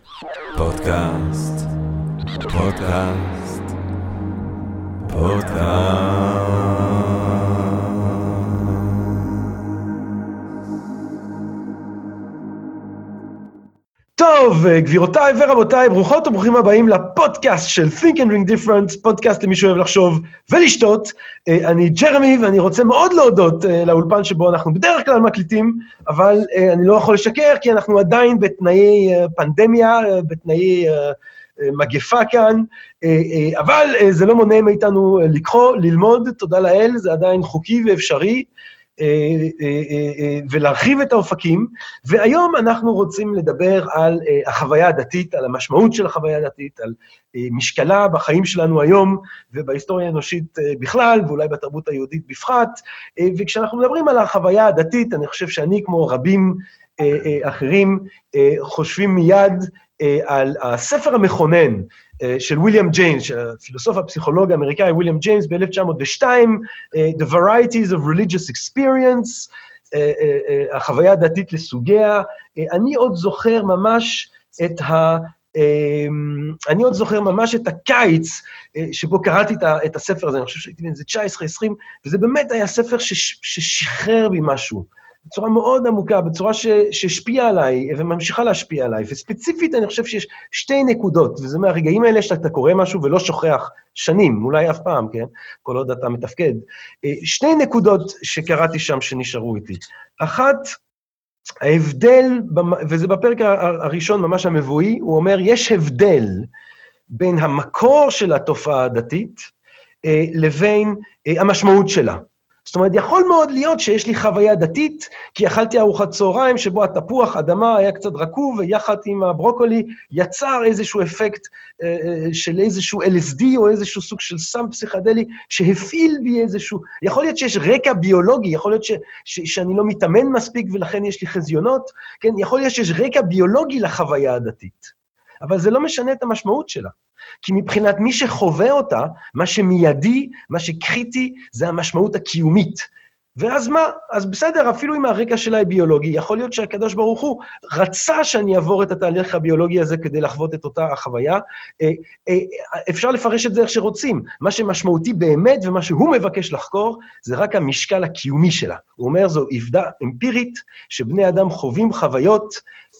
פודקאסט, פודקאסט, פודקאסט. טוב, גבירותיי ורבותיי, ברוכות וברוכים הבאים לפודקאסט של Think and Ring Different, פודקאסט למי שאוהב לחשוב ולשתות. אני ג'רמי, ואני רוצה מאוד להודות לאולפן שבו אנחנו בדרך כלל מקליטים, אבל אני לא יכול לשקר, כי אנחנו עדיין בתנאי פנדמיה, בתנאי מגפה כאן, אבל זה לא מונע מאיתנו לקרוא, ללמוד, תודה לאל, זה עדיין חוקי ואפשרי, ולהרחיב את האופקים, והיום אנחנו רוצים לדבר על החוויה הדתית, על המשמעות של החוויה הדתית, על משקלה בחיים שלנו היום, ובהיסטוריה האנושית בכלל, ואולי בתרבות היהודית בפרט, וכשאנחנו מדברים על החוויה הדתית, אני חושב שאני כמו רבים אחרים, חושבים מיד על הספר המכונן, של ויליאם ג'יימס, הפילוסוף הפסיכולוג האמריקאי ויליאם ג'יימס ב-1902, The Varieties of Religious Experience, החוויה הדתית לסוגיה. אני עוד זוכר ממש את הקיץ שבו קראתי את הספר הזה, אני חושב שהייתי בן זה 19-20, וזה באמת היה ספר ששחרר בי משהו, בצורה מאוד עמוקה, בצורה שהשפיעה עליי, וממשיכה להשפיע עליי, וספציפית אני חושב שיש שתי נקודות, וזה מהרגעים האלה שאתה קורא משהו ולא שוכח שנים, אולי אף פעם, כן? כל עוד אתה מתפקד. שתי נקודות שקראתי שם שנשארו איתי. אחת, ההבדל, וזה בפרק הראשון ממש המבואי, הוא אומר, יש הבדל בין המקור של התופעה הדתית, לבין המשמעות שלה. זאת אומרת, יכול מאוד להיות שיש לי חוויה דתית, כי אכלתי ארוחת צהריים שבו התפוח אדמה היה קצת רקוב, ויחד עם הברוקולי יצר איזשהו אפקט של איזשהו LSD, או איזשהו סוג של סם פסיכדלי, שהפעיל בי איזשהו, יכול להיות שיש רקע ביולוגי, יכול להיות שאני לא מתאמן מספיק, ולכן יש לי חזיונות, כן? יכול להיות שיש רקע ביולוגי לחוויה הדתית, אבל זה לא משנה את המשמעות שלה. כי מבחינת מי שחווה אותה, מה שמיידי, מה שקריטי, זה המשמעות הקיומית. ואז מה? אז בסדר, אפילו אם הרקע שלה היא ביולוגי, יכול להיות שהקדוש ברוך הוא רצה שאני אעבור את התהליך הביולוגי הזה כדי לחוות את אותה החוויה. אפשר לפרש את זה איך שרוצים. מה שמשמעותי באמת ומה שהוא מבקש לחקור, זה רק המשקל הקיומי שלה. הוא אומר, זו עובדה אמפירית, שבני אדם חווים חוויות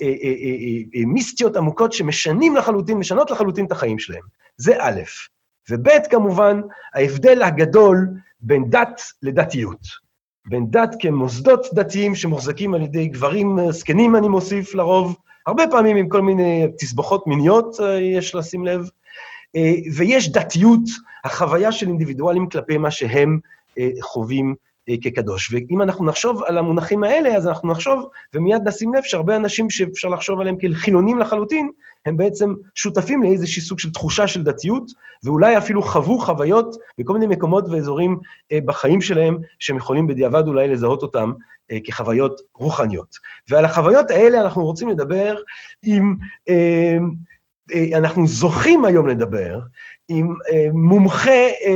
מיסטיות עמוקות משנות לחלוטין את החיים שלהם. זה א', וב' כמובן, ההבדל הגדול בין דת לדתיות. בין דת כמוסדות דתיים שמוחזקים על ידי גברים זקנים, אני מוסיף לרוב, הרבה פעמים עם כל מיני תסבוכות מיניות, יש לשים לב, ויש דתיות, החוויה של אינדיבידואלים כלפי מה שהם חווים כקדוש. ואם אנחנו נחשוב על המונחים האלה, אז אנחנו נחשוב, ומיד נשים לב שהרבה אנשים שאפשר לחשוב עליהם כחילונים לחלוטין, הם בעצם שותפים לאיזושהי סוג של תחושה של דתיות, ואולי אפילו חוו חוויות בכל מיני מקומות ואזורים בחיים שלהם, שהם יכולים בדיעבד אולי לזהות אותם כחוויות רוחניות. ועל החוויות האלה אנחנו רוצים לדבר אנחנו זוכים היום לדבר, עם מומחה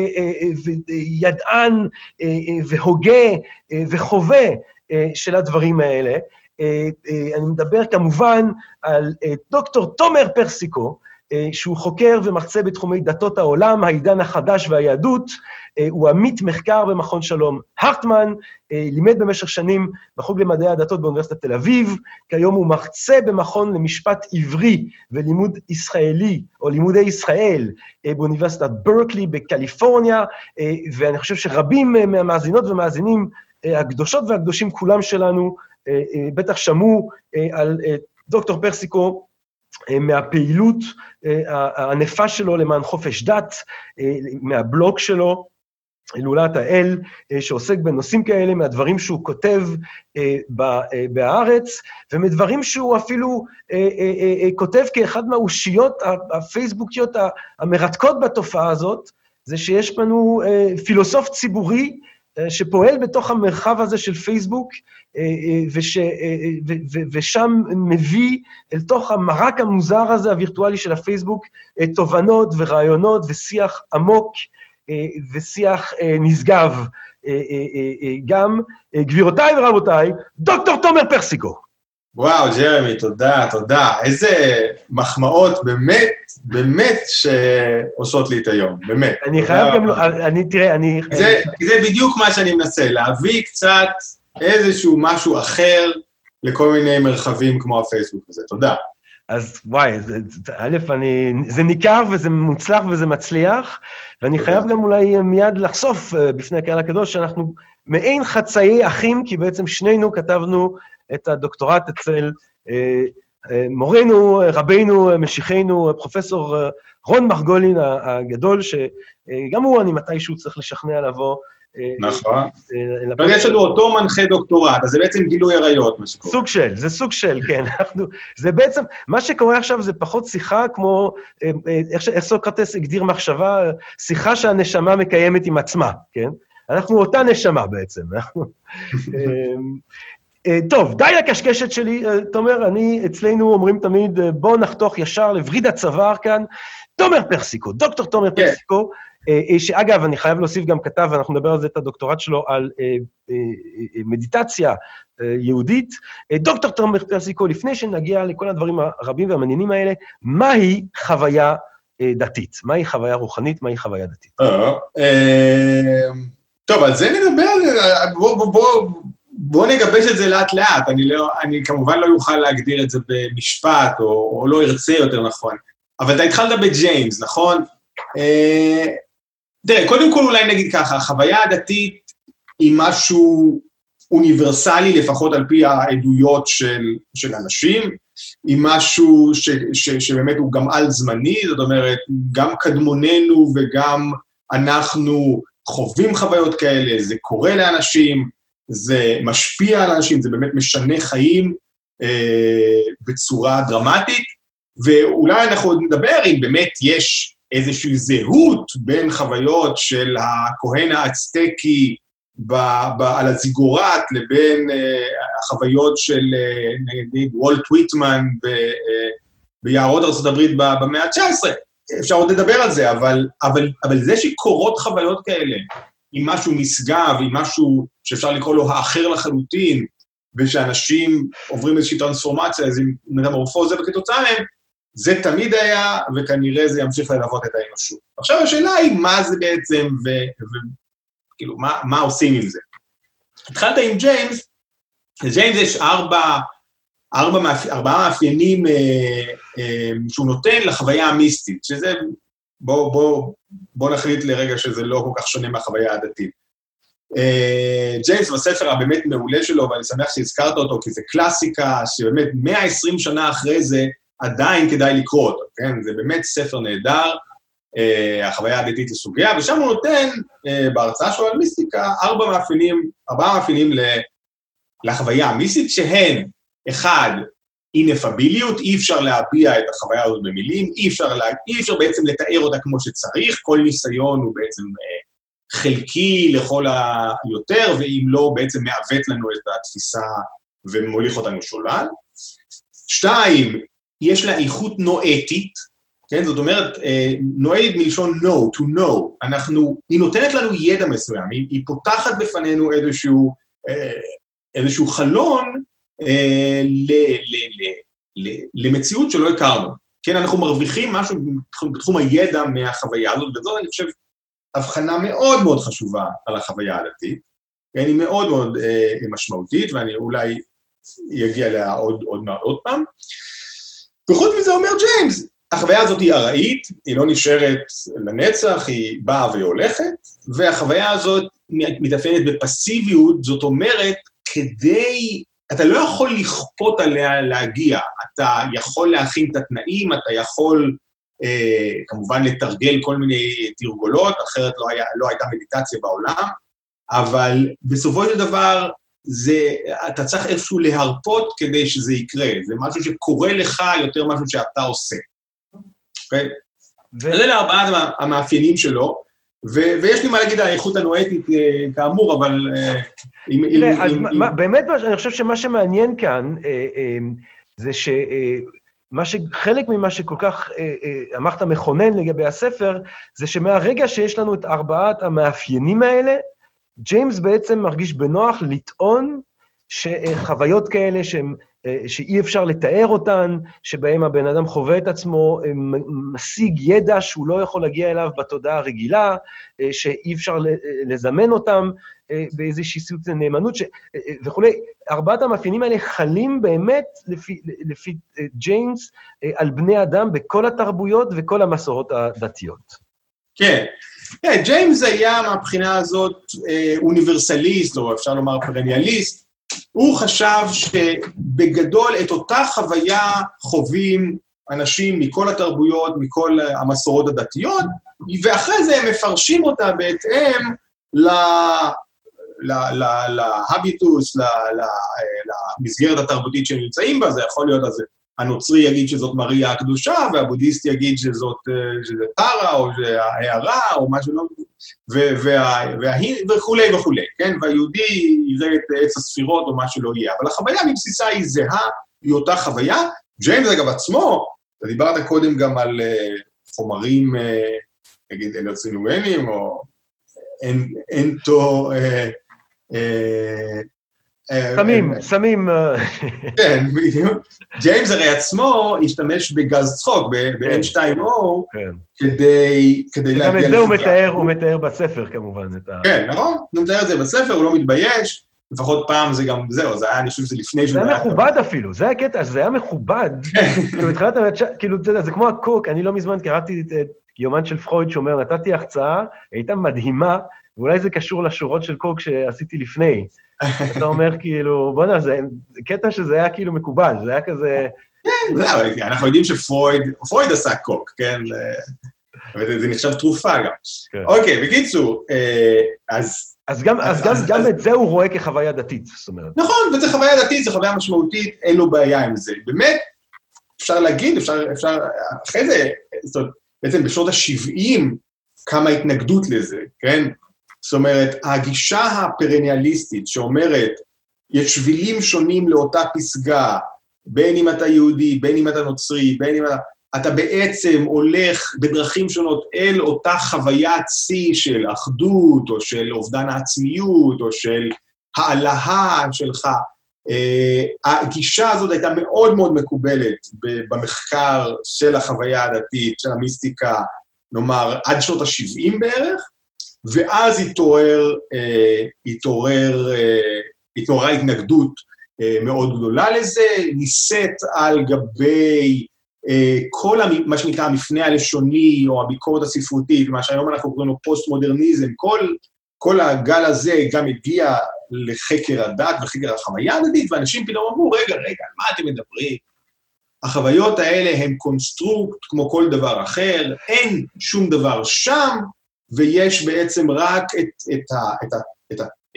וידען והוגה וחווה של הדברים האלה. אני מדבר כמובן על דוקטור תומר פרסיקו, שהוא חוקר ומרצה בתחומי דתות העולם, העידן החדש והיהדות, הוא עמית מחקר במכון שלום הרטמן, לימד במשך שנים בחוג למדעי הדתות באוניברסיטת תל אביב, כיום הוא מרצה במכון למשפט עברי ולימוד ישראלי, או לימודי ישראל, באוניברסיטת ברקלי בקליפורניה, ואני חושב שרבים מהמאזינות ומאזינים, הקדושות והקדושים כולם שלנו, בטח שמעו על דוקטור פרסיקו, מהפעילות הענפה שלו למען חופש דת, מהבלוג שלו, הילולת האל, שעוסק בנושאים כאלה, מהדברים שהוא כותב בארץ, ומדברים שהוא אפילו כותב כאחד מהאושיות הפייסבוקיות המרתקות בתופעה הזאת, זה שיש לנו פילוסוף ציבורי, שפועל בתוך המרחב הזה של פייסבוק, ושם מביא אל תוך המרק המוזר הזה, הווירטואלי של הפייסבוק, תובנות ורעיונות ושיח עמוק, ושיח נשגב. גם גבירותיי ורבותיי, דוקטור תומר פרסיקו. וואו, ג'רמי, תודה, תודה. איזה מחמאות באמת שעושות לי את היום, באמת. אני חייב גם, תראה, זה בדיוק מה שאני מנסה, להביא קצת איזשהו משהו אחר לכל מיני מרחבים כמו הפייסבוק הזה. תודה. אז וואי, זה ניכר וזה מוצלח וזה מצליח, ואני חייב גם אולי מיד לחשוף בפני הקהל הקדוש, שאנחנו מעין חצאי אחים, כי בעצם שנינו כתבנו את הדוקטורט אצל מורנו, רבינו, משיחנו, פרופסור רון מרגולין הגדול, שגם הוא אני מתישהו צריך לשכנע לבוא. נכון. יש לנו אותו מנחה דוקטורט, אז זה בעצם גילוי עריות, מה שקורה. זה סוג של, כן. זה בעצם, מה שקורה עכשיו זה פחות שיחה כמו, איך סוקרטס הגדיר מחשבה, שיחה שהנשמה מקיימת עם עצמה, כן? אנחנו אותה נשמה בעצם. טוב, די לקשקשת שלי, תומר, אצלנו אומרים תמיד, בואו נחתוך ישר לווריד הצוואר כאן, תומר פרסיקו, דוקטור תומר פרסיקו, שאגב, אני חייב להוסיף גם כתב, ואנחנו נדבר על זה את הדוקטורט שלו, על מדיטציה יהודית. דוקטור תומר פרסיקו, לפני שנגיע לכל הדברים הרבים והמעניינים האלה, מהי חוויה דתית? מהי חוויה רוחנית? מהי חוויה דתית? טוב, על זה נדבר, בוא נגבש את זה לאט לאט, אני כמובן לא יוכל להגדיר את זה במשפט, או לא ארצה יותר נכון, אבל אתה התחלת בג'יימס, נכון? תראה, קודם כל אולי נגיד ככה, החוויה הדתית היא משהו אוניברסלי, לפחות על פי העדויות של אנשים, היא משהו שבאמת הוא גם על זמני, זאת אומרת, גם קדמוננו וגם אנחנו חווים חוויות כאלה, זה קורה לאנשים, זה משפיע על אנשים, זה באמת משנה חיים בצורה דרמטית, ואולי אנחנו נדבר אם באמת יש איזושהי זהות בין חוויות של הכהן האצטקי על הזיגורט לבין החוויות של נגיד וולט ויטמן ביערות ארצות הברית במאה ה-19. אפשר עוד לדבר על זה, אבל זה שקורות חוויות כאלה, עם משהו נשגב, עם משהו שאפשר לקרוא לו האחר לחלוטין, ושאנשים עוברים איזושהי טרנספורמציה, איזו מטמורפוזה וכתוצאה מהם, זה תמיד היה, וכנראה זה ימשיך ללוות את האנושות. עכשיו השאלה היא מה זה בעצם, וכאילו, מה עושים עם זה? התחלת עם ג'יימס, לג'יימס יש ארבעה מאפיינים שהוא נותן לחוויה המיסטית, שזה, בוא נחליט לרגע שזה לא כל כך שונה מהחוויה הדתית. ג'יימס בספר הבאמת מעולה שלו, ואני שמח שהזכרת אותו, כי זה קלאסיקה, שבאמת 120 שנה אחרי זה, עדיין כדאי לקרוא אותו, כן? זה באמת ספר נהדר, החוויה הדתית לסוגיה, ושם הוא נותן, בהרצאה שלו על מיסטיקה, 4 מאפיינים לחוויה המיסטית, שהן, 1, אינפביליות, אי אפשר להביע את החוויה הזאת במילים, אי אפשר בעצם לתאר אותה כמו שצריך, כל ניסיון הוא בעצם חלקי לכל היותר, ואם לא, בעצם מעוות לנו את התפיסה ומוליך אותנו שולל. 2, יש לה איכות נואטית, כן? זאת אומרת, נואטית מלשון know, to know. היא נותנת לנו ידע מסוים, היא פותחת בפנינו איזשהו חלון למציאות שלא הכרנו. כן, אנחנו מרוויחים משהו בתחום הידע מהחוויה הזאת, וזאת אני חושב הבחנה מאוד מאוד חשובה על החוויה הדתית, כן, היא מאוד מאוד משמעותית, ואני אולי אגיע אליה עוד פעם. וחוץ מזה אומר ג'יימס, החוויה הזאת היא ארעית, היא לא נשארת לנצח, היא באה והולכת, והחוויה הזאת מתאפיינת בפסיביות, זאת אומרת, אתה לא יכול לכפות עליה להגיע, אתה יכול להכין את התנאים, אתה יכול כמובן לתרגל כל מיני תרגולות, אחרת לא הייתה מדיטציה בעולם, אבל בסופו של דבר, אתה צריך איפשהו להרפות כדי שזה יקרה, זה משהו שקורה לך יותר משהו שאתה עושה. אוקיי? אז אלה 4 המאפיינים שלו, ויש לי מה להגיד על האיכות הנואטית כאמור, אבל... באמת, אני חושב שמה שמעניין כאן, זה חלק ממה שכל כך אמרת מכונן לגבי הספר, זה שמהרגע שיש לנו את 4 המאפיינים האלה, ג'יימס בעצם מרגיש בנוח לטעון שחוויות כאלה שהן שאי אפשר לתאר אותן, שבהם הבן אדם חווה את עצמו, משיג ידע שהוא לא יכול להגיע אליו בתודעה הרגילה, שאי אפשר לזמן אותם באיזושהי סיוט נאמנות, וכו'. ארבעת המאפיינים האלה חלים באמת, לפי ג'יימס, על בני אדם בכל התרבויות וכל המסורות הדתיות. כן. ג'יימס היה מהבחינה הזאת אוניברסליסט, או אפשר לומר פרניאליסט, הוא חשב שבגדול את אותה חוויה חווים אנשים מכל התרבויות, מכל המסורות הדתיות, ואחרי זה הם מפרשים אותה בהתאם להביטוס, למסגרת התרבותית שנמצאים בה. זה יכול להיות אז הנוצרי יגיד שזאת מריה הקדושה, והבודהיסט יגיד שזה טרה, או הערה, או משהו לא... וכולי וכולי, כן? והיהודי יראה את עץ הספירות או מה שלא יהיה. אבל החוויה מבסיסה היא זהה, היא אותה חוויה. ג'יימס אגב עצמו, אתה דיברת קודם גם על חומרים, נגיד אלרצינואנים, או אנטו... סמים. כן, בדיוק. ג'יימס הרי עצמו השתמש בגז צחוק, ב-N2O, כדי להגיע... גם את זה הוא מתאר בספר כמובן. כן, נכון? הוא מתאר את זה בספר, הוא לא מתבייש, לפחות פעם זה גם זהו, זה היה, אני חושב שזה לפני... זה היה מכובד אפילו, זה הקטע, זה היה מכובד. כאילו, זה כמו הקוק, אני לא מזמן קראתי את יומן של פרויד שאומר, נתתי החצאה, הייתה מדהימה, ואולי זה קשור לשורות של קוק שעשיתי לפני. אתה אומר כאילו, בוא נעשה, זה קטע שזה היה כאילו מקובל, זה היה כזה... כן, זהו, אנחנו יודעים שפרויד עשה קוק, כן? וזה נחשב תרופה גם. אוקיי, בקיצור, אז גם את זה הוא רואה כחוויה דתית, זאת אומרת. נכון, וזה חוויה דתית, זה חוויה משמעותית, אין לו בעיה עם זה. באמת, אפשר להגיד, אפשר, אחרי זה, זאת אומרת, בעצם בשנות ה-70, כמה התנגדות לזה, כן? זאת אומרת, הגישה הפרניאליסטית שאומרת, יש שבילים שונים לאותה פסגה, בין אם אתה יהודי, בין אם אתה נוצרי, בין אם אתה בעצם הולך בדרכים שונות אל אותה חוויית שיא של אחדות, או של אובדן העצמיות, או של העלאה שלך. הגישה הזאת הייתה מאוד מאוד מקובלת במחקר של החוויה הדתית, של המיסטיקה, נאמר, עד שנות ה-70 בערך, ואז התעוררה התנגדות מאוד גדולה לזה, ניסית על גבי כל מה שנקרא המפנה הלשוני, או הביקורת הספרותית, מה שהיום אנחנו קוראים לו פוסט-מודרניזם, כל הגל הזה גם הגיע לחקר הדת וחקר החוויה הדתית, ואנשים פתאום אמרו, רגע, על מה אתם מדברים? החוויות האלה הן קונסטרוקט כמו כל דבר אחר, אין שום דבר שם, ויש בעצם רק את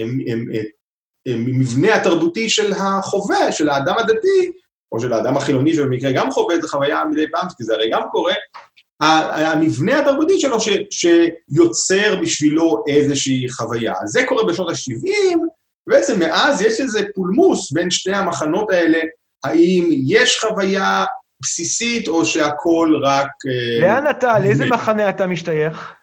המבנה התרבותי של החווה, של האדם הדתי, או של האדם החילוני שבמקרה גם חווה את החוויה מדי פעם, כי זה הרי גם קורה, המבנה התרבותי שלו שיוצר בשבילו איזושהי חוויה. זה קורה בשנות ה-70, ובעצם מאז יש איזה פולמוס בין שני המחנות האלה, האם יש חוויה בסיסית או שהכל רק... לאן אתה, לאיזה מחנה אתה משתייך?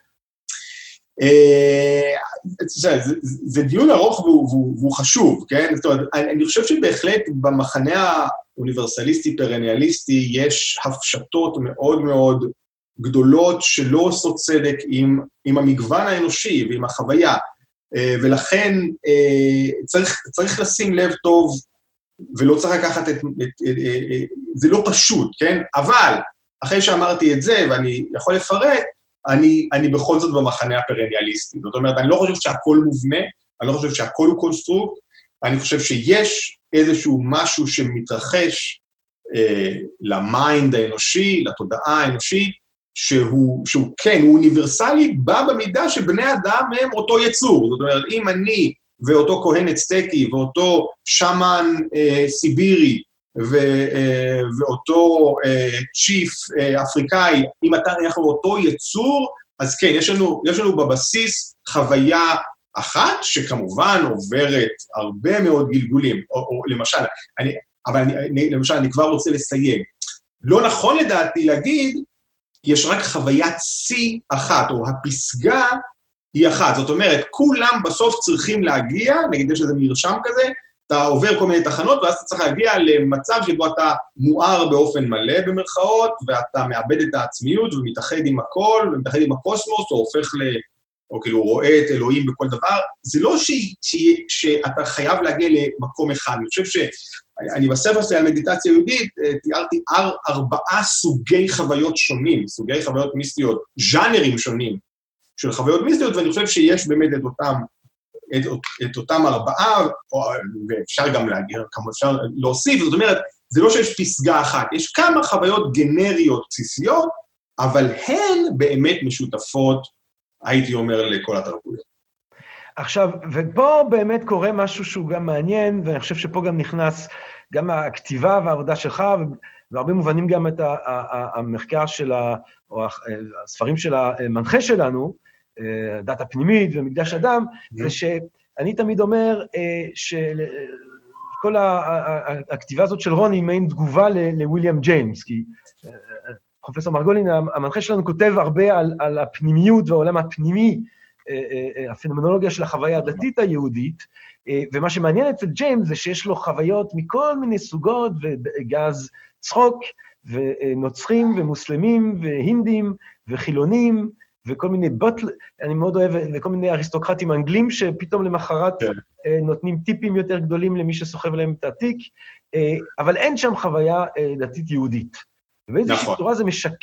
זה דיון ארוך והוא חשוב, כן? זאת אומרת, אני חושב שבהחלט במחנה האוניברסליסטי פרניאליסטי יש הפשטות מאוד מאוד גדולות שלא עושות צדק עם המגוון האנושי ועם החוויה, ולכן צריך לשים לב טוב, ולא צריך לקחת זה לא פשוט, כן? אבל אחרי שאמרתי את זה, ואני יכול לפרט, אני בכל זאת במחנה הפרניאליסטי. זאת אומרת, אני לא חושב שהכל מובנה, אני לא חושב שהכל הוא קונסטרוקט, אני חושב שיש איזשהו משהו שמתרחש למיינד האנושי, לתודעה האנושית, שהוא כן, הוא אוניברסלי, בא במידה שבני אדם הם אותו יצור. זאת אומרת, אם אני ואותו כהן אצטקי, ואותו שמן סיבירי, ואותו צ'יף אפריקאי, אם אנחנו אותו יצור, אז כן, יש לנו בבסיס חוויה אחת, שכמובן עוברת הרבה מאוד גלגולים, או למשל, למשל, אני כבר רוצה לסייג. לא נכון לדעתי להגיד, יש רק חוויית שיא אחת, או הפסגה היא אחת. זאת אומרת, כולם בסוף צריכים להגיע, נגיד יש איזה מרשם כזה, אתה עובר כל מיני תחנות, ואז אתה צריך להגיע למצב שבו אתה מואר באופן מלא במרכאות, ואתה מאבד את העצמיות ומתאחד עם הכל, ומתאחד עם הקוסמוס, או הופך או כאילו רואה את אלוהים בכל דבר. זה לא שאתה חייב להגיע למקום אחד. אני חושב שאני בספר שלי על מדיטציה יהודית, תיארתי 4 סוגי חוויות שונים, סוגי חוויות מיסטיות, ז'אנרים שונים של חוויות מיסטיות, ואני חושב שיש באמת את אותם 4, ואפשר גם להגיד, כמה אפשר להוסיף, זאת אומרת, זה לא שיש פסגה אחת, יש כמה חוויות גנריות בסיסיות, אבל הן באמת משותפות, הייתי אומר, לכל התרבויות. עכשיו, ופה באמת קורה משהו שהוא גם מעניין, ואני חושב שפה גם נכנס גם הכתיבה והעבודה שלך, והרבה מובנים גם את המחקר של, או הספרים של המנחה שלנו, דת הפנימית ומקדש אדם, זה שאני תמיד אומר שכל הכתיבה הזאת של רוני היא מעין תגובה לוויליאם ג'יימס, כי פרופסור מרגולין, המנחה שלנו, כותב הרבה על הפנימיות והעולם הפנימי, הפנומנולוגיה של החוויה הדתית היהודית, ומה שמעניין אצל ג'יימס זה שיש לו חוויות מכל מיני סוגות, וגז צחוק, ונוצרים ומוסלמים והינדים וחילונים, וכל מיני אני מאוד אוהב, וכל מיני אריסטוקרטים אנגלים, שפתאום למחרת נותנים טיפים יותר גדולים למי שסוחב להם את התיק, אבל אין שם חוויה דתית יהודית. ובאיזושהי צורה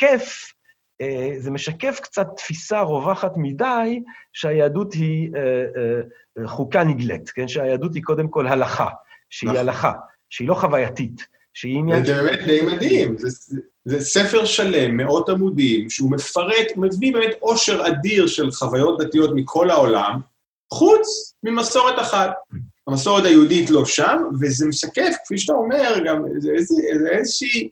זה משקף קצת תפיסה רווחת מדי, שהיהדות היא חוקה נגלית, כן? שהיהדות היא קודם כל הלכה, שהיא הלכה, שהיא לא חווייתית, שהיא עניין... זה באמת די מדהים, זה ספר שלם, 100 עמודים, שהוא מפרט, הוא מביא באמת עושר אדיר של חוויות דתיות מכל העולם, חוץ ממסורת אחת. המסורת היהודית לא שם, וזה משקף, כפי שאתה אומר, גם איזושהי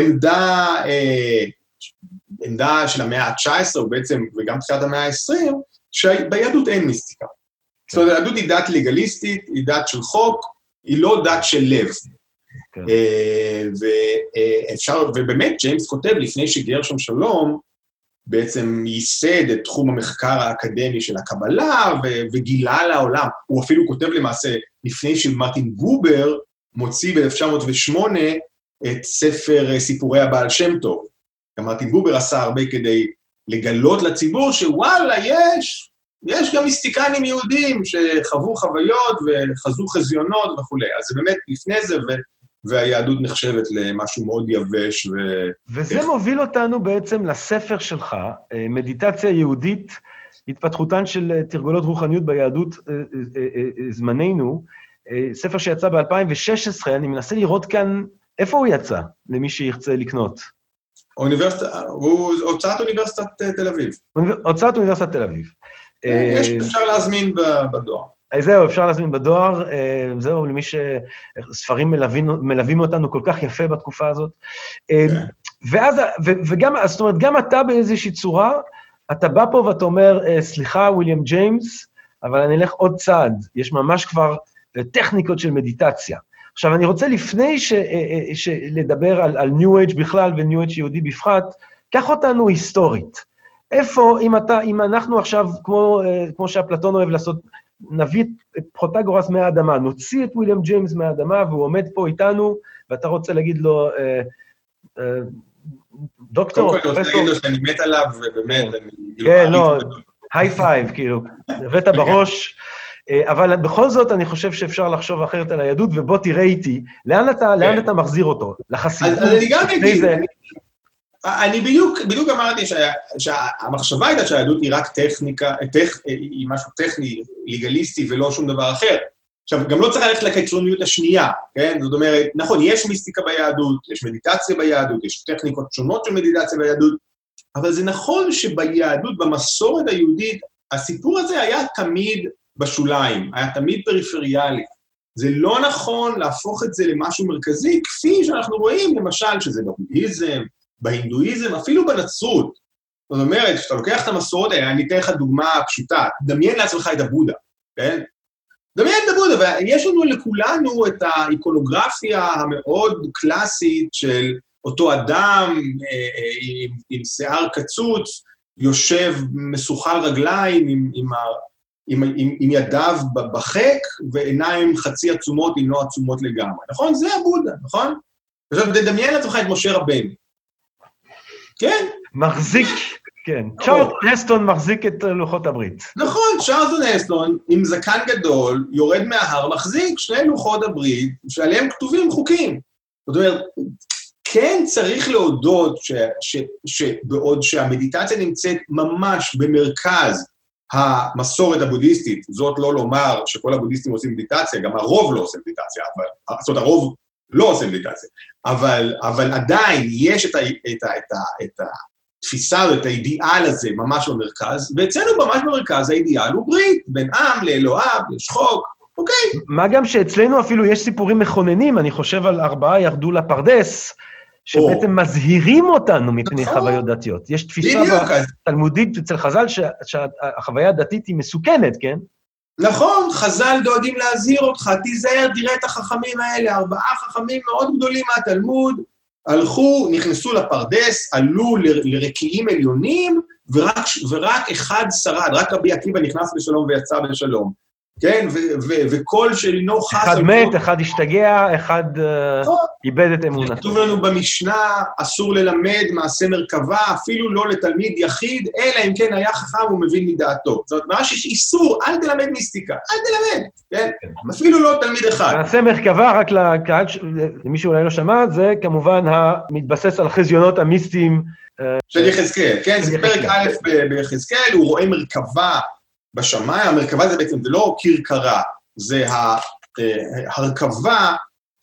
עמדה של המאה ה-19, וגם תחילת המאה ה-20, שביהדות אין מיסטיקה. זאת אומרת, היהדות היא דת לגליסטית, היא דת של חוק, היא לא דת של לב. ובאמת, ג'יימס כותב, לפני שגרשום שלום, בעצם ייסד את תחום המחקר האקדמי של הקבלה, וגילה לעולם. הוא אפילו כותב למעשה, לפני שמרטין בובר מוציא ב-1908, את ספר סיפורי הבעל שם טוב. גם מרטין בובר עשה הרבה כדי לגלות לציבור שוואלה, יש גם מיסטיקנים יהודים שחוו חוויות וחזו חזיונות וכו'. אז זה באמת לפני זה, והיהדות נחשבת למשהו מאוד יבש. וזה מוביל אותנו בעצם לספר שלך, מדיטציה יהודית, התפתחותן של תרגולות רוחניות ביהדות זמננו, ספר שיצא ב-2016, אני מנסה לראות כאן, איפה הוא יצא, למי שירצה לקנות? הוצאת אוניברסיטת תל אביב. הוצאת אוניברסיטת תל אביב. אפשר להזמין בדואר. זהו, אפשר להזמין בדואר, זהו, למי שספרים מלווים אותנו כל כך יפה בתקופה הזאת. ואז, וגם, זאת אומרת, גם אתה באיזושהי צורה, אתה בא פה ואתה אומר, סליחה, וויליאם ג'יימס, אבל אני אלך עוד צעד, יש ממש כבר טכניקות של מדיטציה. עכשיו, אני רוצה לפני לדבר על ניו אייג' בכלל וניו אייג' יהודי בפרט, קח אותנו היסטורית. איפה, אם אנחנו עכשיו, כמו שאפלטון אוהב לעשות, נביא את פרוטגורס מהאדמה, נוציא את וויליאם ג'יימס מהאדמה, והוא עומד פה איתנו, ואתה רוצה להגיד לו, דוקטור, פרופסור. קודם כל, אני רוצה להגיד לו שאני מת עליו, ובאמת, כן, לא, היי פייב, כאילו, הבאת בראש, אבל בכל זאת אני חושב שאפשר לחשוב אחרת על היהדות, ובוא תראה איתי, לאן אתה מחזיר אותו? לחסידות? אז אני גם אגיד, אני בדיוק אמרתי שהמחשבה הייתה שהיהדות היא רק טכניקה, היא משהו טכני, ליגליסטי ולא שום דבר אחר. עכשיו, גם לא צריך ללכת לקיצוניות השנייה, כן? זאת אומרת, נכון, יש מיסטיקה ביהדות, יש מדיטציה ביהדות, יש טכניקות שונות של מדיטציה ביהדות, אבל זה נכון שביהדות, במסורת היהודית, הסיפור הזה היה תמיד בשוליים, היה תמיד פריפריאלי. זה לא נכון להפוך את זה למשהו מרכזי, כפי שאנחנו רואים, למשל, שזה בבודהיזם, בהינדואיזם, אפילו בנצרות. זאת אומרת, כשאתה לוקח את המסורת, אני אתן לך דוגמה פשוטה, דמיין לעצמך את הבודה, כן? דמיין את הבודה, ויש לנו לכולנו את האיקונוגרפיה המאוד קלאסית של אותו אדם עם שיער קצוץ, יושב מסוחל רגליים, עם עם ידיו בחק, ועיניים חצי עצומות, אם לא עצומות לגמרי. נכון? זה הבודה, נכון? עכשיו, תדמיין לעצמך את משה רבנו. כן? מחזיק, כן. צ'ארלטון הסטון מחזיק את לוחות הברית. נכון, צ'ארלטון הסטון, עם זקן גדול, יורד מההר, מחזיק שני לוחות הברית, שעליהם כתובים חוקים. זאת אומרת, כן צריך להודות שבעוד שהמדיטציה נמצאת ממש במרכז המסורת הבודהיסטית, זאת לא לומר שכל הבודהיסטים עושים מדיטציה, גם הרוב לא עושה מדיטציה, זאת אומרת, הרוב לא עושה מדיטציה, אבל עדיין יש את התפיסה ואת האידיאל הזה ממש במרכז, ואצלנו ממש במרכז האידיאל הוא ברית, בין עם לאלוהיו, יש חוק, אוקיי. מה גם שאצלנו אפילו יש סיפורים מכוננים, אני חושב על 4 ירדו לפרדס, שבעצם מזהירים אותנו מפני חוויות דתיות. יש תפיסה תלמודית אצל חז"ל שהחוויה הדתית היא מסוכנת, כן? נכון, חז"ל דואגים להזהיר אותך, תיזהר, תראה את החכמים האלה, 4 חכמים מאוד גדולים מהתלמוד, הלכו, נכנסו לפרדס, עלו לרקיעים עליונים, ורק אחד שרד, רק רבי עקיבא נכנס בשלום ויצא בשלום. כן, וכל שאינו חס... אחד מת, אחד השתגע, אחד איבד את אמונתו. כתוב לנו במשנה, אסור ללמד מעשה מרכבה, אפילו לא לתלמיד יחיד, אלא אם כן היה חכם ומבין מדעתו. זאת אומרת, ממש יש איסור, אל תלמד מיסטיקה, אל תלמד, כן? אפילו לא תלמיד אחד. מעשה מרכבה, רק לקהל, למי שאולי לא שמע, זה כמובן המתבסס על חזיונות המיסטיים. של יחזקאל, כן? זה פרק א' ביחזקאל, הוא רואה מרכבה, בשמיים, המרכבה זה בעצם, זה לא קיר קרה, זה הרכבה,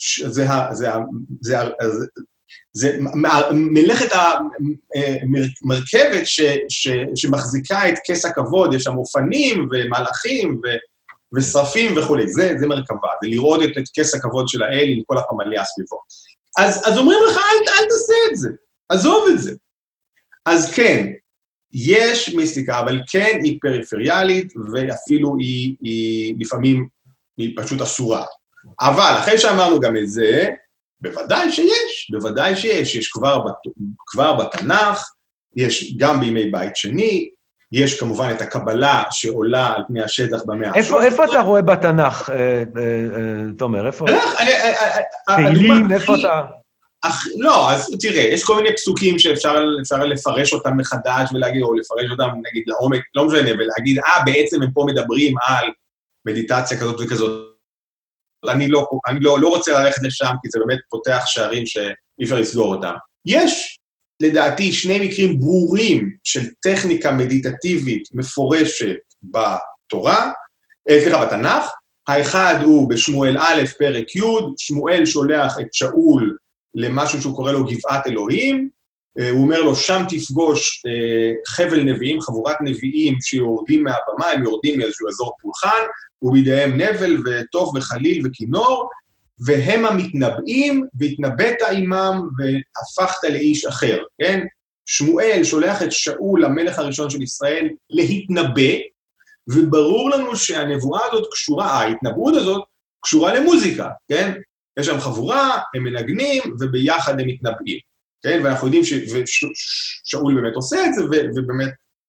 זה מלאכת המרכבת שמחזיקה את כס הכבוד, יש שם אופנים ומלאכים ושרפים וכו', זה מרכבה, זה לראות את כס הכבוד של האל עם כל הפמליה סביבו. אז אומרים לך, אל תעשה את זה, עזוב את זה. אז כן, יש מיסטיקה, אבל כן היא פריפריאלית, ואפילו היא לפעמים היא פשוט אסורה. אבל אחרי שאמרנו גם את זה, בוודאי שיש, יש כבר בתנ"ך, יש גם בימי בית שני, יש כמובן את הקבלה שעולה על פני השטח במאה ה-13. איפה אתה רואה בתנ"ך, תומר? איפה? תהילים, איפה אתה... לא, אז תראה, יש כל מיני פסוקים שאפשר לפרש אותם מחדש ולהגיד, או לפרש אותם, נגיד, לעומק, לא משנה, ולהגיד, בעצם הם פה מדברים על מדיטציה כזאת וכזאת. אני לא רוצה ללכת לשם, כי זה באמת פותח שערים שאי אפשר לסגור אותם. יש, לדעתי, 2 מקרים ברורים של טכניקה מדיטטיבית מפורשת בתורה, בתנ"ך. האחד הוא בשמואל א', פרק י', שמואל שולח את שאול למשהו שהוא קורא לו גבעת אלוהים, הוא אומר לו, שם תפגוש חבל נביאים, חבורת נביאים שיורדים מהבמה, הם יורדים מאיזשהו אזור פולחן, ובידיהם נבל וטוף וחליל וכינור, והם המתנבאים, והתנבאת עמם והפכת לאיש אחר, כן? שמואל שולח את שאול, המלך הראשון של ישראל, להתנבא, וברור לנו שהנבואה הזאת קשורה, ההתנבאות הזאת קשורה למוזיקה, כן? יש שם חבורה, הם מנגנים, וביחד הם מתנבאים, כן? ואנחנו יודעים ששאול באמת עושה את זה, ובאמת